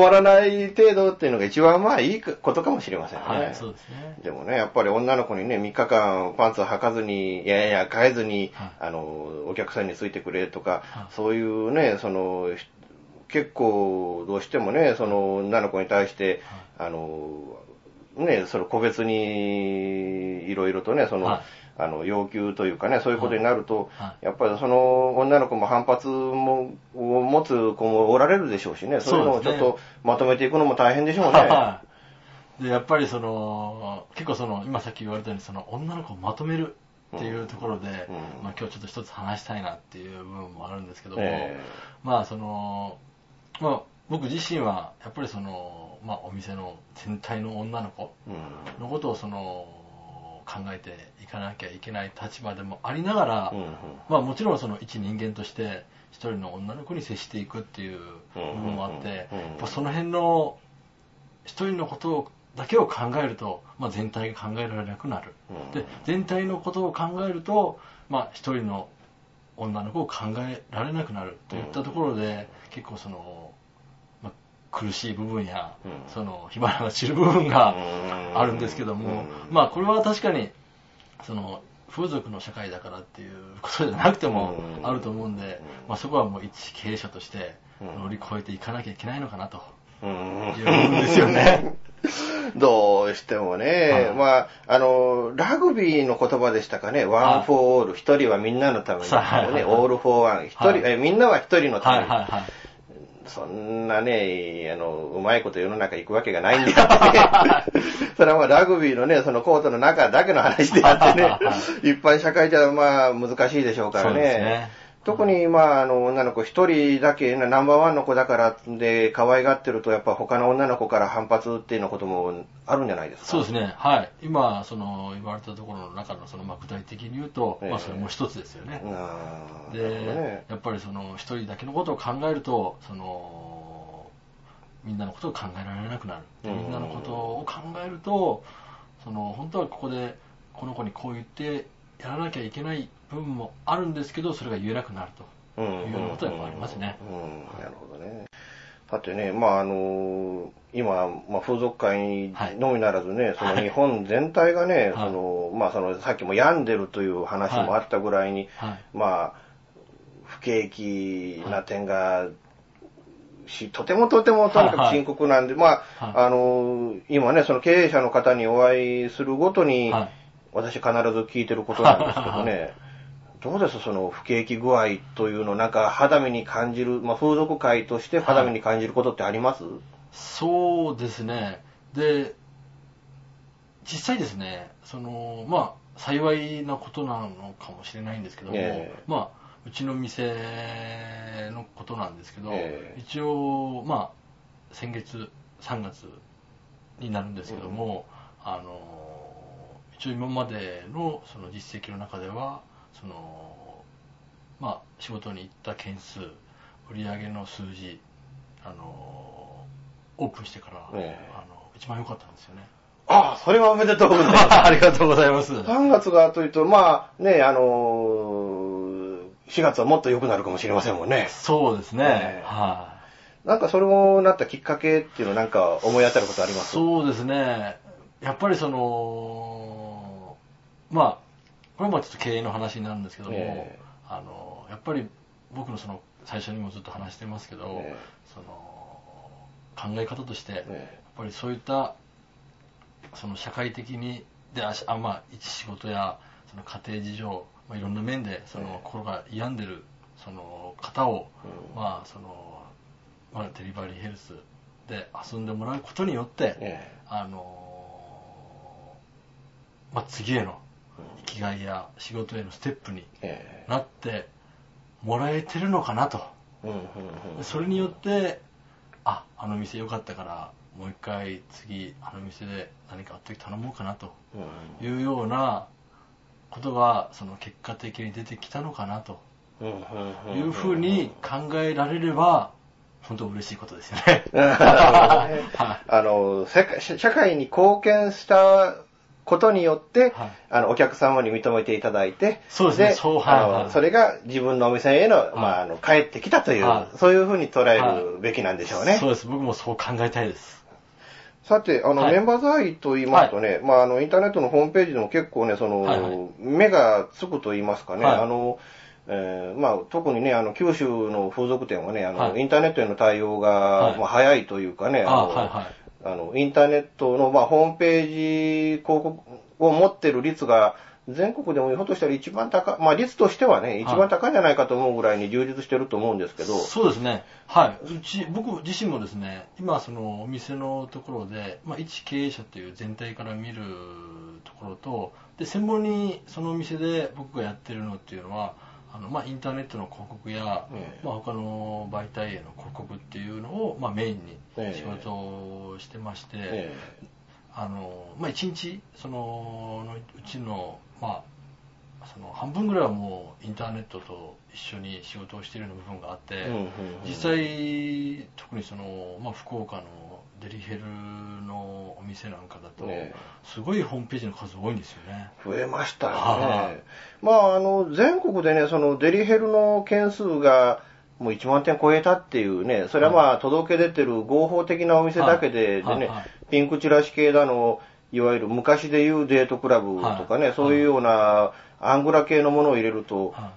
まらない程度っていうのが一番まあいいことかもしれませんね。 はい、そうですね。 でもね、やっぱり女の子にね、みっかかんパンツを履かずに、いやいや、変えずに、 はい、 あの、お客さんについてくれとか、 はい、 そういうね、その、結構どうしてもね、その女の子に対して、はい、あの、ね、その個別にいろいろとね、その、はい、あの要求というかね、そういうことになると、はい、やっぱりその女の子も反発もを持つ子もおられるでしょうしね、そういうのをちょっとまとめていくのも大変でしょうね。 はい、でやっぱりその結構その今さっき言われたようにその女の子をまとめるっていうところで、うんうん、まあ、今日ちょっと一つ話したいなっていう部分もあるんですけども、えー、まあそのまあ僕自身はやっぱりそのまあお店の全体の女の子のことをその考えていかなきゃいけない立場でもありながら、うんうん、まあもちろんその一人間として一人の女の子に接していくっていう部分もあって、やっぱその辺の一人のことだけを考えると、まあ、全体が考えられなくなる、うん、で全体のことを考えると、まあ、一人の女の子を考えられなくなるといったところで、うん、結構その、まあ、苦しい部分や、うん、その火花が散る部分があるんですけども、うん、まあこれは確かにその風俗の社会だからっていうことじゃなくてもあると思うんで、うん、まあ、そこはもう一経営者として乗り越えていかなきゃいけないのかなという部分ですよね。 どうしてもね、はい、まあ、あの、ラグビーの言葉でしたかね、ワンフォーオール、一人はみんなのために、ね、はいはいはい、オールフォーワン、一人、はい、え、みんなは一人のために、はいはいはい、そんなね、あの、うまいこと世の中行くわけがないんであってね、それはまあラグビーのね、そのコートの中だけの話であってね、一般社会じゃまあ難しいでしょうからね。そうですね。特に、まあ、あの、女の子一人だけ、ナンバーワンの子だからで、可愛がってると、やっぱ他の女の子から反発っていうようなこともあるんじゃないですか。 そうですね。はい。今、その、言われたところの中の、その、まあ、具体的に言うと、えー、まあ、それも一つですよね。で、ね、やっぱりその、一人だけのことを考えると、その、みんなのことを考えられなくなる。みんなのことを考えると、その、本当はここで、この子にこう言って、やらなきゃいけない部分もあるんですけど、それが言えなくなるというようなことはやっぱありますね。 うんうんうんうん、なるほどね。だってね、まああの今、まあ、風俗界のみならずね、はい、その日本全体がね、はい、そのまあそのさっきも病んでるという話もあったぐらいに、はいはい、まあ不景気な点が、しとてもとてもとにかく深刻なんで、はいはい、まあ、はい、あの今ね、その経営者の方にお会いするごとに、はい、私必ず聞いてることなんですけどね、どうですその不景気具合というのをなんか肌身に感じる、まあ、風俗界として肌身に感じることってあります？はい、 そうですね。で、実際ですね、その、まあ、幸いなことなのかもしれないんですけども、えー、まあ、うちの店のことなんですけど、えー、一応、まあ、先月、さんがつになるんですけども、うん、あの、一応今までのその実績の中ではその、まあ、仕事に行った件数、売上の数字、あのオープンしてから、えー、あの一番良かったんですよね。 ああ、それはおめでとうございます。 ありがとうございます。 さんがつがというと、まあね、あのしがつはもっと良くなるかもしれませんもんね。 そうですね。えー、はい、 なんかそれもなったきっかけっていうのなんか思い当たることあります？ そうですね。やっぱりそのまあ、これもちょっと経営の話になるんですけども、えー、あのやっぱり僕のその最初にもずっと話してますけど、えー、その考え方として、えー、やっぱりそういったその社会的にでああ、まあ、一仕事やその家庭事情、まあ、いろんな面でその心が病んでるその方を、えー、まあそのまあ、デリバリーヘルスで遊んでもらうことによって、えー、あのまあ、次への生きがいや仕事へのステップになってもらえてるのかなと、それによってあ、あの店良かったからもう一回次あの店で何かあった時頼もうかなというようなことがその結果的に出てきたのかなというふうに考えられれば本当嬉しいことですよね。 あの社会に貢献したことによって、 はい、 あのお客様に認めていただいて、 そうですね、そう、はい、 あの、はい、それが自分のお店への、はい、まあ、あの帰ってきたという、はい、そういうふうに捉えるべきなんでしょうね。 そうです、僕もそう考えたいです。 さて、あの、はい、メンバーズアイと言いますとね、はい、まあ、あの、インターネットのホームページでも結構ね、その、はいはい、目がつくと言いますかね、はい、あの、えー、まあ、特にね、あの、九州の風俗店はね、あの、はい、インターネットへの対応が、はい、まあ、早いというかね、あの、はいはい、あの、インターネットの、まあ、ホームページ広告を持ってる率が、全国でもひょっとしたら一番高い、まあ率としてはね、一番高いんじゃないかと思うぐらいに充実してると思うんですけど。 そうですね。はい。うち、僕自身もですね、今そのお店のところで、まあ一経営者という全体から見るところと、で、専門にそのお店で僕がやってるのっていうのは、あの、まあインターネットの広告や、えー、まあ他の媒体への広告っていうのを、まあメインに仕事をしてまして、えーえーあのまあ、一日そのうちの、まあ、その半分ぐらいはもうインターネットと一緒に仕事をしているような部分があって、うんうんうん、実際特にその、まあ、福岡のデリヘルのお店なんかだと、ね、すごいホームページの数多いんですよね。 増えましたよね。まあ、あの全国でね、そのデリヘルの件数がもういちまんてん超えたっていうね、それはまあ届け出てる合法的なお店だけで、はい、でね、はいはい、ピンクチラシ系だの、いわゆる昔でいうデートクラブとかね、はい、そういうようなアングラ系のものを入れると、はい、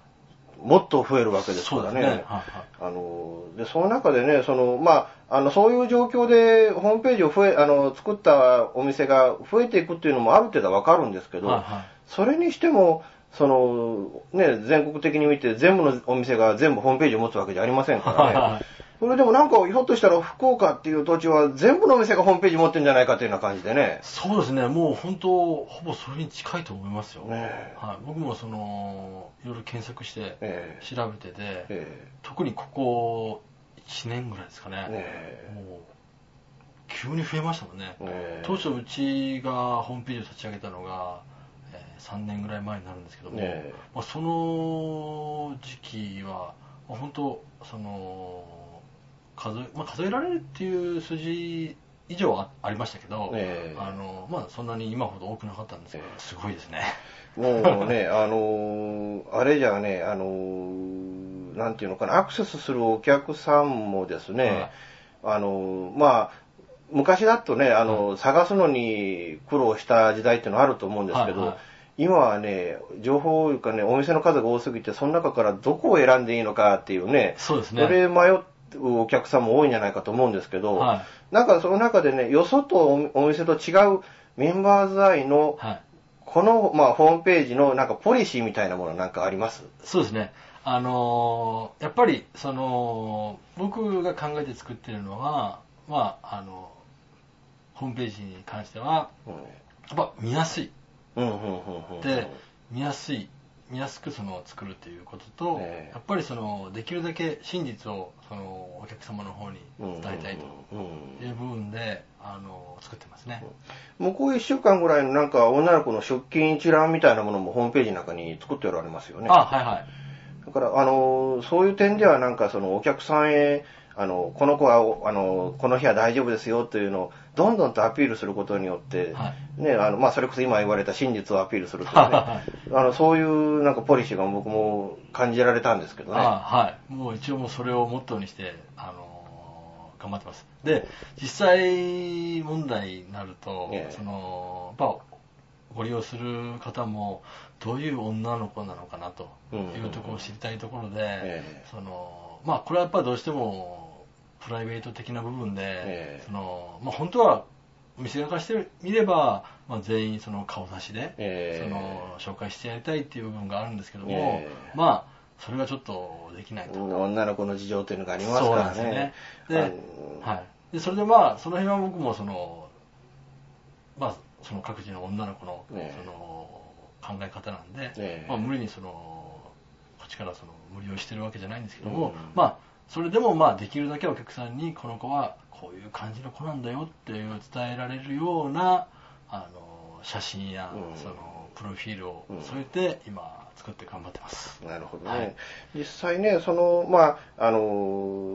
もっと増えるわけですからね。そうですね。はいはい、あのでその中でね、そのまああのそういう状況でホームページを増えあの作ったお店が増えていくっていうのもある程度わかるんですけど、はいはい、それにしても。そのね、全国的に見て全部のお店が全部ホームページを持つわけじゃありませんからね。それでもなんかひょっとしたら福岡っていう土地は全部のお店がホームページ持ってるんじゃないかというような感じでね。 そうですね、もう本当ほぼそれに近いと思いますよ。ね、はい、僕もそのいろいろ検索して調べてて、えーえー、特にここいちねんぐらいですかね。ねもう急に増えましたもんね。ね当初うちがホームページを立ち上げたのがさんねんぐらい前になるんですけども、ねまあ、その時期は、まあ、本当その数え、まあ、数えられるっていう数字以上はありましたけど、ねあのまあ、そんなに今ほど多くなかったんですけど、ね、すごいですね。 もうね、あのあれじゃね、あのなんていうのかな、アクセスするお客さんもですね、はい、あのまあ昔だとね、あの、はい、探すのに苦労した時代っていうのはあると思うんですけど、はいはい今はね、情報いうかね、お店の数が多すぎて、その中からどこを選んでいいのかっていうね、 そうですね。 それ迷うお客さんも多いんじゃないかと思うんですけど、はい、なんかその中でね、よそとお店と違うメンバーズアイの、はい、この、まあ、ホームページのなんかポリシーみたいなものなんかあります？ そうですね。あのー、やっぱり、その、僕が考えて作ってるのは、まあ、あの、ホームページに関しては、うん、やっぱ見やすい。で見やすい見やすくその作るっていうことと、えー、やっぱりそのできるだけ真実をそのお客様の方に伝えたいという部分であの作ってますね。 向こういっしゅうかんぐらいのなんか女の子の出勤一覧みたいなものもホームページの中に作っておられますよね。 あ、はいはい。 だからあのそういう点ではなんかそのお客さんへあのこの子はあのこの日は大丈夫ですよというのをどんどんとアピールすることによって、はいねあのまあ、それこそ今言われた真実をアピールするというねあのそういうなんかポリシーが僕も感じられたんですけどね。 あ、はい、もう一応もうそれをモットーにしてあの頑張ってます。で実際問題になると、ね、そのやっぱご利用する方もどういう女の子なのかなというところを知りたいところで、うんうんうんえー、そのまあこれはやっぱりどうしてもプライベート的な部分で、えーそのまあ、本当はお店側からしてみれば、まあ、全員その顔出しで、えー、その紹介してやりたいっていう部分があるんですけども、えー、まあそれがちょっとできないと。 女の子の事情というのがありますからね。そうなんですね。 で、はい、でそれでまあその辺は僕もそのまあその各自の女の子の、えー、その考え方なんで、えーまあ、無理にそのこっちからその無理をしてるわけじゃないんですけども、うん、まあそれでもまあできるだけお客さんにこの子はこういう感じの子なんだよっていう伝えられるようなあの写真やそのプロフィールを添えて今作って頑張ってます。 なるほどね。はい、実際ねそのまああの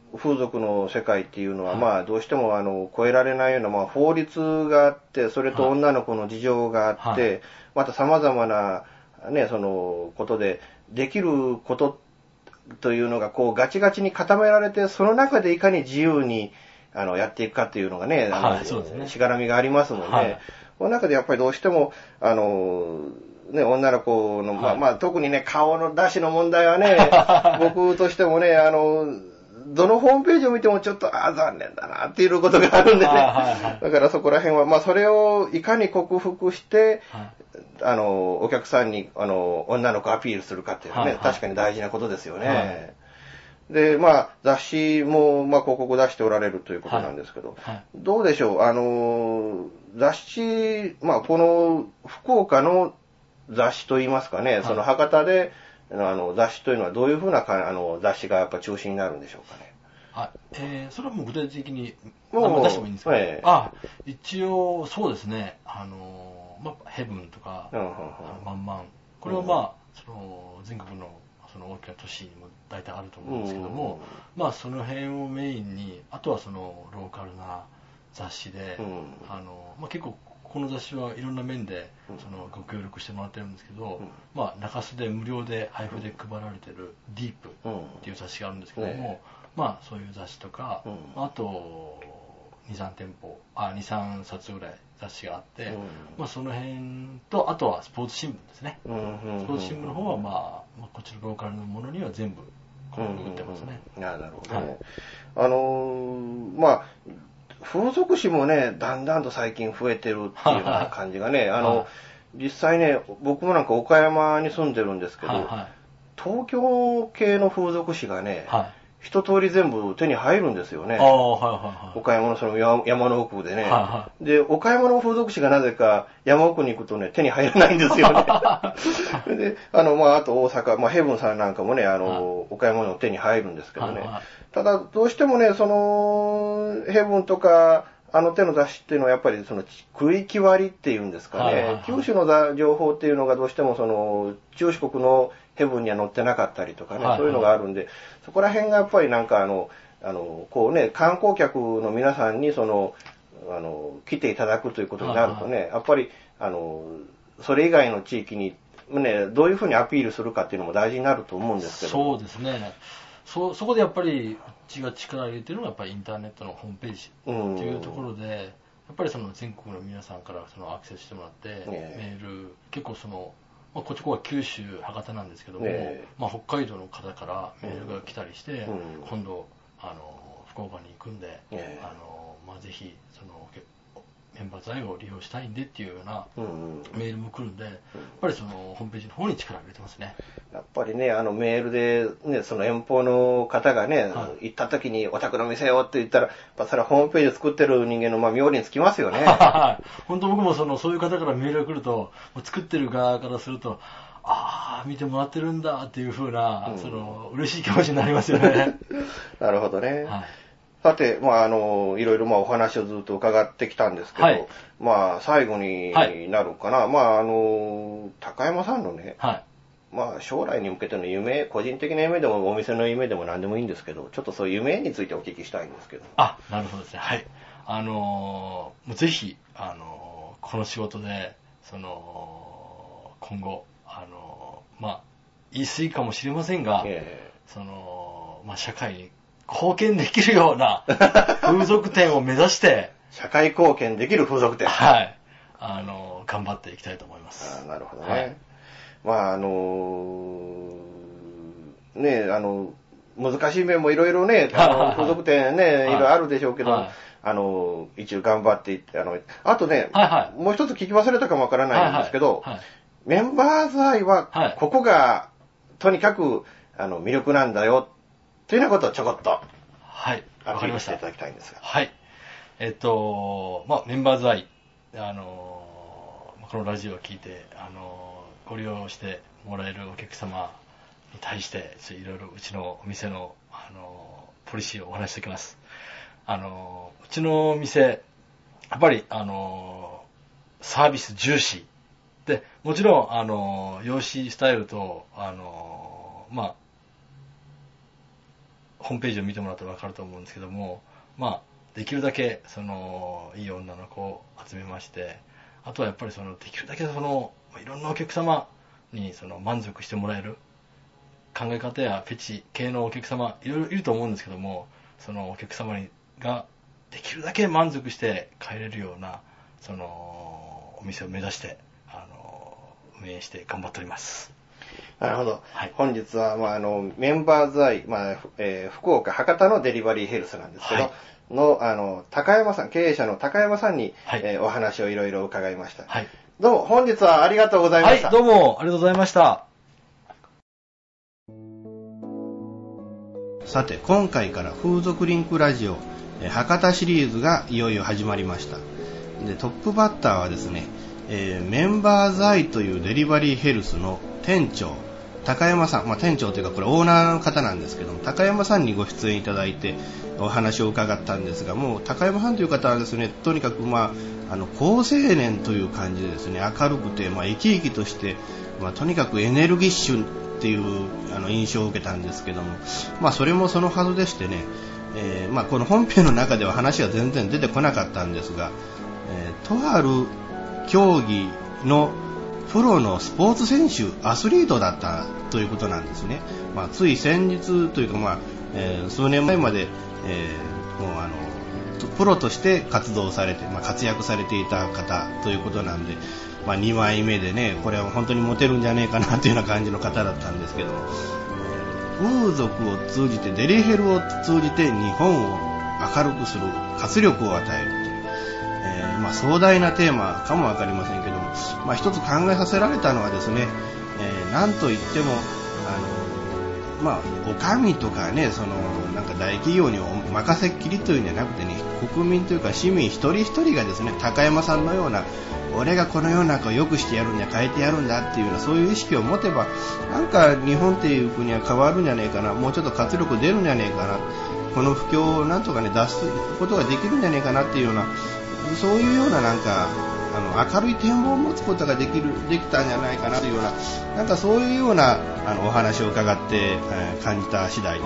風俗の世界っていうのは、 はい、 まあ、どうしても、あの、超えられないような、まあ、法律があって、それと女の子の事情があって、はい、また様々な、ね、その、ことで、できることというのが、こう、ガチガチに固められて、その中でいかに自由に、あの、やっていくかっていうのがね、あの、はい、そうですね、しがらみがありますもんね。はい、この中でやっぱりどうしても、あの、ね、女の子の、まあ、まあ、特にね、顔の出しの問題はね、僕としてもね、あの、どのホームページを見てもちょっと、あ、残念だなっていうことがあるんでね。だからそこら辺は、まあ、それをいかに克服して、はい、あの、お客さんに、あの、女の子アピールするかっていうのはね、はいはい、確かに大事なことですよね。はい、で、まあ、雑誌も、まあ、広告出しておられるということなんですけど、はいはい、どうでしょう、あの、雑誌、まあ、この、福岡の雑誌といいますかね、はい、その博多で、あの雑誌というのはどういうふうなかあの雑誌がやっぱ中心になるんでしょうかね。 はい、えー、それはもう具体的にもう出してもいいんですか、えー、あ、一応そうですね、あのまあヘブンとか、うんうんうん、あのマンマン、これはまあ、うん、その全国のその大きな都市にも大体あると思うんですけども、うん、まあその辺をメインに、あとはそのローカルな雑誌で、うん、あのまあ結構この雑誌はいろんな面でそのご協力してもらってるんですけど、うん、まあ中洲で無料で配布で配られてるディープっていう雑誌があるんですけども、うんね、まあそういう雑誌とか、うん、あとにさん店舗、あ、にさんさつぐらい雑誌があって、うん、まあその辺と、あとはスポーツ新聞ですね。うんうんうん、スポーツ新聞の方はまあ、まあ、こっちのローカルのものには全部広告売ってますね。 うんうんうん、なるほどね。はい、あのー、まあ風俗誌もね、だんだんと最近増えてるっていうような感じがね、あの、はい、実際ね、僕もなんか岡山に住んでるんですけど、はいはい、東京系の風俗誌がね、はい、一通り全部手に入るんですよね。あ、はいはいはい、岡山のその山の奥でね、はいはい。で、岡山の風俗誌がなぜか山奥に行くとね、手に入らないんですよね。で、あの、まあ、あと大阪、まあ、ヘブンさんなんかもね、あの、はい、岡山の手に入るんですけどね。はいはい、ただ、どうしてもね、その、ヘブンとか、あの手の雑誌っていうのはやっぱりその区域割っていうんですかね、はいはいはい、九州の情報っていうのがどうしてもその中四国のヘブンには載ってなかったりとかね、はいはい、そういうのがあるんで、そこら辺がやっぱりなんかあの、あの、こうね、観光客の皆さんにその、あの、来ていただくということになるとね、はいはい、やっぱり、あの、それ以外の地域にね、どういうふうにアピールするかっていうのも大事になると思うんですけど。 そうですね。そ、そこでやっぱり、うちが力を入れてるのがやっぱりインターネットのホームページっていうところで、やっぱりその全国の皆さんからそのアクセスしてもらって、ね、メール、結構その、まあ、こっちこは九州、博多なんですけども、ね、まあ、北海道の方からメールが来たりして、うん、今度、あの、福岡に行くんで、ね、あの、まあ、ぜひ、その、メンバー財を利用したいんでっていうようなメールも来るんで、やっぱりそのホームページの方に力を入れてますね。 やっぱりね、あのメールでね、その遠方の方がね、はい、行った時にお宅の店をって言ったら、やっぱそれはホームページを作ってる人間のまあ妙につきますよね。 本当僕もそのそういう方からメールが来ると、作ってる側からすると、ああ、見てもらってるんだっていう風な、うん、その嬉しい気持ちになりますよね。 なるほどね。はい、さて、まあ、あの、いろいろまあお話をずっと伺ってきたんですけど、はい、まあ、最後になるかな。はい、まあ、あの、高山さんのね、はい、まあ、将来に向けての夢、個人的な夢でもお店の夢でも何でもいいんですけど、ちょっとそういう夢についてお聞きしたいんですけど。 あ、なるほどですね。はい。あの、もうぜひ、あの、この仕事で、その、今後、あの、まあ、言い過ぎかもしれませんが、えー、その、まあ、社会に貢献できるような風俗店を目指して社会貢献できる風俗店、 はい、あの頑張っていきたいと思います。 あ、なるほどね。はい、まああのー、ねあの難しい面もいろいろね、あの風俗店ね、はい、いろいろあるでしょうけど、はい、あの一応頑張っていってあのあとね、はいはい、もう一つ聞き忘れたかもわからないんですけど、はいはいはい、メンバーズ愛はここがとにかくあの魅力なんだよ。というようなことをちょこっと、 はい、 アピールしていただきたいんですが。 はい。えっと、まあ、メンバーズアイ、あの、このラジオを聞いて、あの、ご利用してもらえるお客様に対して、いろいろうちのお店の、あの、ポリシーをお話ししておきます。あの、うちのお店、やっぱり、あの、サービス重視。で、もちろん、あの、容姿スタイルと、あの、まあ、 ホームページを見てもらったら分かると思うんですけども、まあ、できるだけそのいい女の子を集めまして、あとはやっぱりそのできるだけそのいろんなお客様にその満足してもらえる考え方やフェチ系のお客様いろいろいると思うんですけども、そのお客様ができるだけ満足して帰れるようなそのお店を目指してあの運営して頑張っております。 なるほど。 はい、 本日は、まあ、あのメンバーズアイ、まあえー、福岡博多のデリバリーヘルスなんですけど、はい、のあの高山さん、経営者の高山さんに、はい、えー、お話をいろいろ伺いました。はい、どうも本日はありがとうございました。 はい、どうもありがとうございました。 さて、今回から風俗リンクラジオ博多シリーズがいよいよ始まりました。で、トップバッターはですね、えー、メンバーズアイというデリバリーヘルスの店長高山さん、まあ、店長というかこれオーナーの方なんですけども、高山さんにご出演いただいてお話を伺ったんですが、もう高山さんという方はですね、とにかく、まあ、あの好青年という感じでですね、明るくて、まあ、生き生きとして、まあ、とにかくエネルギッシュっていうあの印象を受けたんですけども、まあ、それもそのはずでしてね、えーまあ、この本編の中では話は全然出てこなかったんですが、えー、とある競技のプロのスポーツ選手、アスリートだったということなんですね。まあ、つい先日というか、まあえー、数年前まで、えー、もうあのプロとして活動されて、まあ、活躍されていた方ということなんで、まあ、にまいめでね、これは本当にモテるんじゃねえかなというような感じの方だったんですけども、風俗を通じて、デリヘルを通じて日本を明るくする、活力を与えるという、えーまあ、壮大なテーマかもわかりませんけども、まあ、一つ考えさせられたのはですね、えー、なんといってもあの、まあ、お上とかね、そのなんか大企業にお任せっきりというんじゃなくてね、国民というか市民一人一人がですね、高山さんのような、俺がこの世の中を良くしてやるんだ、変えてやるんだっていうような、そういう意識を持てば、なんか日本っていう国は変わるんじゃねえかな、もうちょっと活力出るんじゃねえかな、この不況をなんとかね出すことができるんじゃねえかなっていうような、そういうようななんかあの明るい展望を持つことができるできたんじゃないかなというような、なんかそういうようなあのお話を伺って、えー、感じた次第です。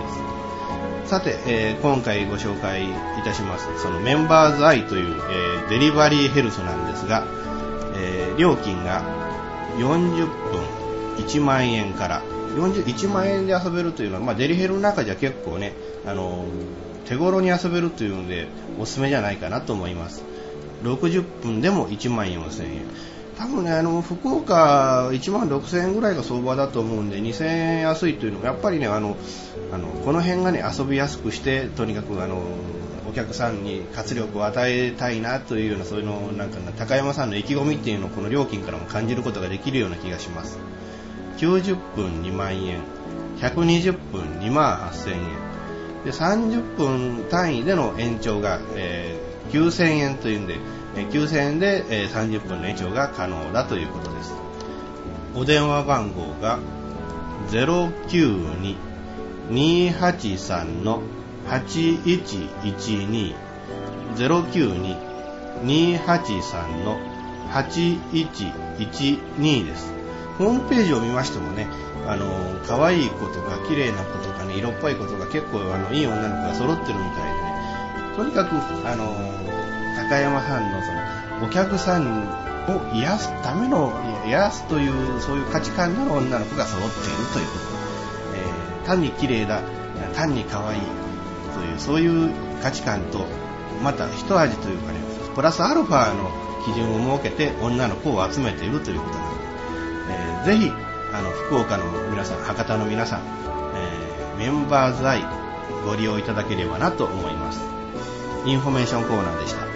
さて、えー、今回ご紹介いたしますそのメンバーズアイという、えー、デリバリーヘルスなんですが、えー、料金がよんじゅっぷんいちまんえんからよんじゅういちまんえんで遊べるというのは、まあ、デリヘルの中じゃ結構ね、あのー、手頃に遊べるというのでおすすめじゃないかなと思います。ろくじゅっぷんでもいちまんよんせんえん、多分ね、あの福岡いちまんろくせんえんぐらいが相場だと思うんで、にせんえん安いというのがやっぱりね、あのあのこの辺がね遊びやすくして、とにかくあのお客さんに活力を与えたいなというような、そういうのなんか高山さんの意気込みっていうのをこの料金からも感じることができるような気がします。きゅうじゅっぷんにまんえん、ひゃくにじゅっぷんにまんはっせんえんで、さんじゅっぷん単位での延長が、えー、きゅうせんえんというんで、きゅうせんえんで、えー、さんじゅっぷんの延長が可能だということです。お電話番号が ゼロきゅうに にーはちさん はちいちいちに ゼロきゅうに にーはちさん はちいちいちに です。ホームページを見ましてもね、あの可愛い子とか綺麗な子とかね、色っぽい子とか結構あのいい女の子が揃ってるみたいでね、とにかくあの高山さんのそのお客さんを癒すための、癒すというそういう価値観の女の子が揃っているということ、えー、単に綺麗だ、単に可愛いというそういう価値観とまた一味というかね、プラスアルファの基準を設けて女の子を集めているということなので、えー、ぜひあの福岡の皆さん、博多の皆さん、えー、メンバーズアイご利用いただければなと思います。インフォメーションコーナーでした。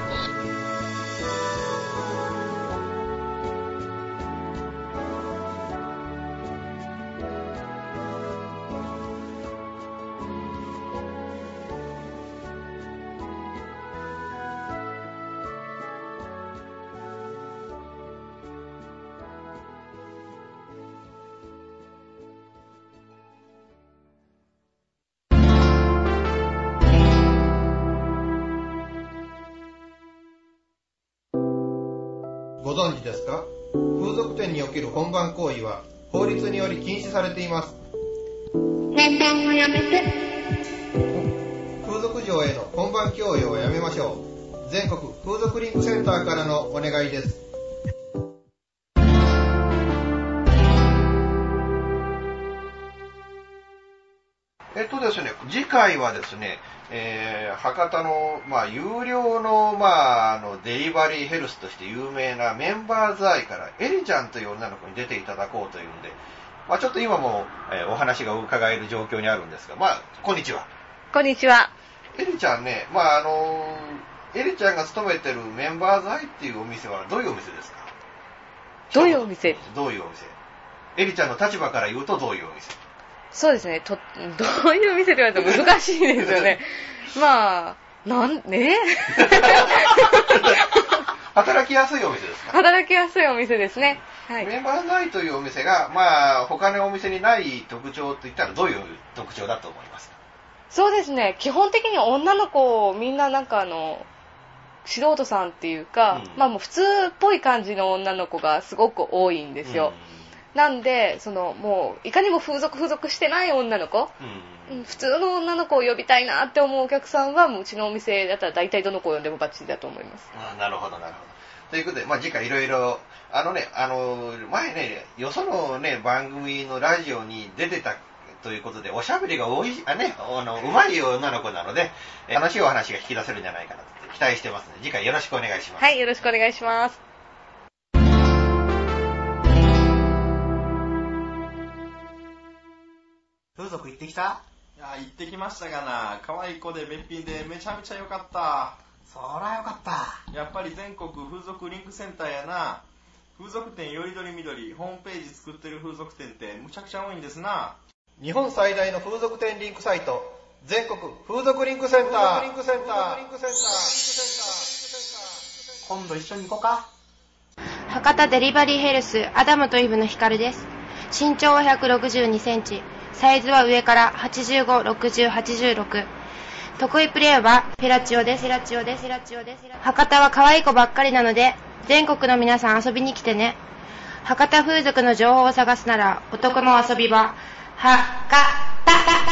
ご存知ですか？風俗店における本番行為は法律により禁止されています。 本番はやめて。 風俗嬢への本番強要をやめましょう。全国風俗リンクセンターからのお願いです。えっとですね、次回はですね、えー、博多の、まあ、有料の、まあ、あの、デリバリーヘルスとして有名なメンバーズアイからエリちゃんという女の子に出ていただこうというんで、まあ、ちょっと今も、えー、お話が伺える状況にあるんですが、まあ、こんにちは。 こんにちは。 エリちゃんね、まあ、あのー、エリちゃんが勤めてるメンバーズアイっていうお店はどういうお店ですか？ どういうお店？ どういうお店？エリちゃんの立場から言うとどういうお店？ そうですね。と、どういう店って言われると難しいですよね。まあ、なんね働きやすいお店ですか？ 働きやすいお店ですね。はい。 メンバーズアイというお店が、まあ、他のお店にない特徴といったらどういう特徴だと思いますか？ そうですね。基本的に女の子、みんななんかあの、素人さんっていうか、うん、まあもう普通っぽい感じの女の子がすごく多いんですよ。うん、なんで、そのもういかにも風俗風俗してない女の子、うん、普通の女の子を呼びたいなって思うお客さんは、もううちのお店だったら大体どの子を呼んでもバッチリだと思います。 あ、なるほどなるほど。ということで、まあ次回いろいろ、あのね、あの、前ね、よそのね、番組のラジオに出てたということで、おしゃべりが多い、あね、あの、うまい女の子なので、楽しいお話が引き出せるんじゃないかなと期待してますので、次回よろしくお願いします。 はい、よろしくお願いします。 風俗行ってきた？ いや、行ってきましたがな、可愛い子でべっぴんでめちゃめちゃ良かった。 そら良かった。 やっぱり全国風俗リンクセンターやな。風俗店よりどりみどり、ホームページ作ってる風俗店ってむちゃくちゃ多いんですな。 日本最大の風俗店リンクサイト、全国風俗リンクセンター。リンクセンター。リンクセンター。 今度一緒に行こうか。 博多デリバリーヘルスアダムとイブのヒカルです。身長はひゃくろくじゅうにセンチ、サイズは上からはちじゅうご、ろくじゅう、はちじゅうろく。得意プレーはフェラチオです。フェラチオです。フェラチオです。博多は可愛い子ばっかりなので、全国の皆さん遊びに来てね。博多風俗の情報を探すなら、男の遊び場、はかた。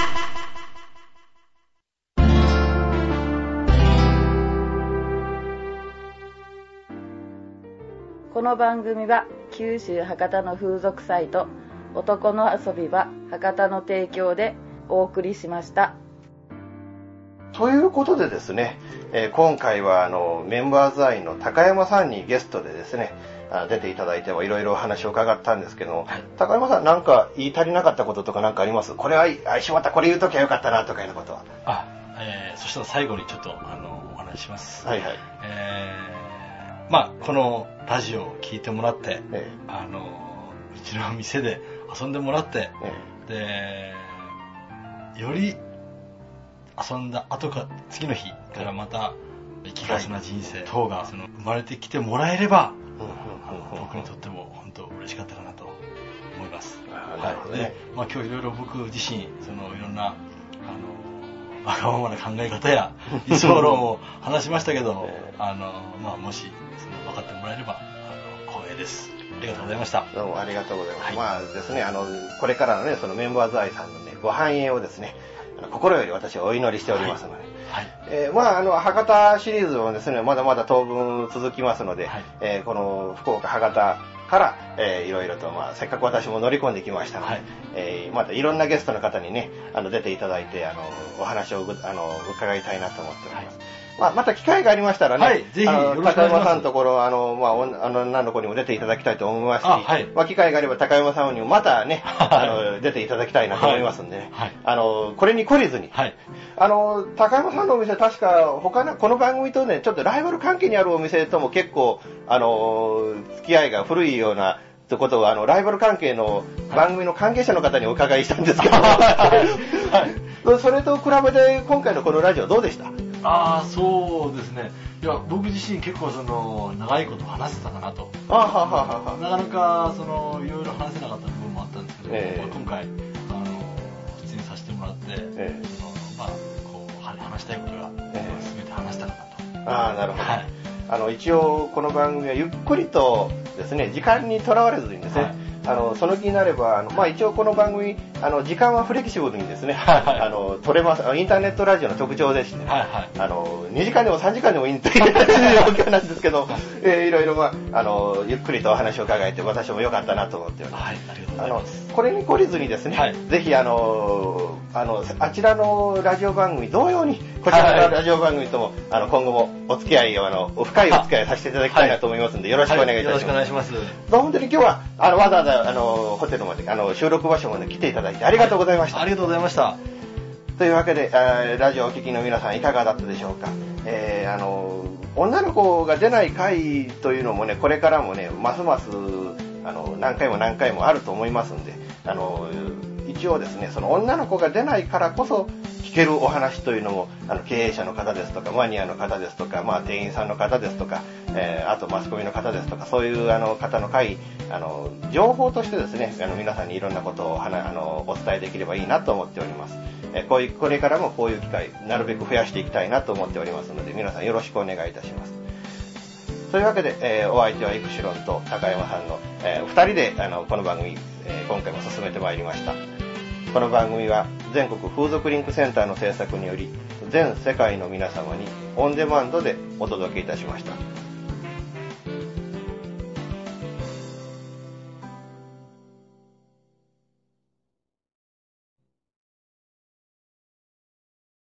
この番組は九州博多の風俗サイト男の遊び場博多の提供でお送りしました。 ということでですね、えー、今回はあのメンバーズアイの高山さんにゲストでですね出ていただいていろいろお話を伺ったんですけども、はい、高山さん何か言い足りなかったこととか何かあります？これはあしまったこれ言うときはよかったなとかいうことは。 あ、えー、そしたら最後にちょっとあのお話しします。 はいはい。 えー、まあこのラジオを聞いてもらって、えー、あのうちの店で遊んでもらって、えー、でより遊んだ後か次の日からまた生きがちな人生等がその生まれてきてもらえれば、あの僕にとっても本当嬉しかったかなと思います。はい。で、まあ今日いろいろ僕自身そのいろんなあのわがままな考え方や理想論を話しましたけど、あのまあもしその分かってもらえればあの光栄です。ありがとうございました。 どうもありがとうございます。 はい、 まあですね、あのこれからのねそのメンバーズアイさんのねご繁栄をですね。心より私はお祈りしておりますので、はいはい、えー、まああの博多シリーズもですねまだまだ当分続きますので、はい、えー、この福岡博多から、えー、いろいろと、まあ、せっかく私も乗り込んできましたので、はい、えー、またいろんなゲストの方にねあの出ていただいてあのお話をあの伺いたいなと思っております。はい、まあ、また機会がありましたらね、はい、ぜひ高山さんのところあの、まあ、あの女の子にも出ていただきたいと思いますし、はい、まあ、機会があれば高山さんにもまたね、はい、あの出ていただきたいなと思いますんでね、はい、あのこれに懲りずに、はい、あの高山さんのお店確か他のこの番組とねちょっとライバル関係にあるお店とも結構あの付き合いが古いようなということをあのライバル関係の番組の関係者の方にお伺いしたんですけど、はい、それと比べて今回のこのラジオどうでした？ ああ、そうですね。いや、僕自身結構その長いこと話せたかなと。 あはははなかなかそのいろいろ話せなかった部分もあったんですけど、えーまあ、今回あの出演させてもらって、えー、そのまあこう話したいことが全て話したかなと。 ああ、なるほど。はい、あの一応この番組はゆっくりとですね時間にとらわれずにですね、はい、 あのその気になればあの、まあ、一応この番組あの時間はフレキシブルにですね、はいはい、あの取れます。インターネットラジオの特徴でして、ね、はいはい、あのにじかんでもさんじかんでもいいという状況なんですけど、えー、いろいろ、まあ、あのゆっくりとお話を伺えて私も良かったなと思っております。はい、ありがとうございます。あのこれに懲りずにですね、はい、ぜひあのあのあちらのラジオ番組同様にこちらのラジオ番組とも、はい、あの今後もお付き合いをあの深いお付き合いをさせていただきたいなと思いますので、よろしくお願いいたします。はい、よろしくお願いします。本当に今日はあのわざわざあのホテルまであの収録場所まで来ていただいてありがとうございました。はい、ありがとうございました。というわけで、ラジオをお聞きの皆さんいかがだったでしょうか。えー、あの女の子が出ない回というのもね、これからもねますますあの何回も何回もあると思いますんで、あの一応ですね、その女の子が出ないからこそ聞けるお話というのも、あの経営者の方ですとかマニアの方ですとか、まあ、店員さんの方ですとか、えー、あとマスコミの方ですとか、そういうあの方の会、あの情報としてですね、あの皆さんにいろんなことをはなあのお伝えできればいいなと思っております。えー、こういうこれからもこういう機会なるべく増やしていきたいなと思っておりますので、皆さんよろしくお願いいたします。というわけで、えー、お相手はイクシロンと高山さんの、えー、ふたりであのこの番組、えー、今回も進めてまいりました。この番組は全国風俗リンクセンターの制作により全世界の皆様にオンデマンドでお届けいたしました。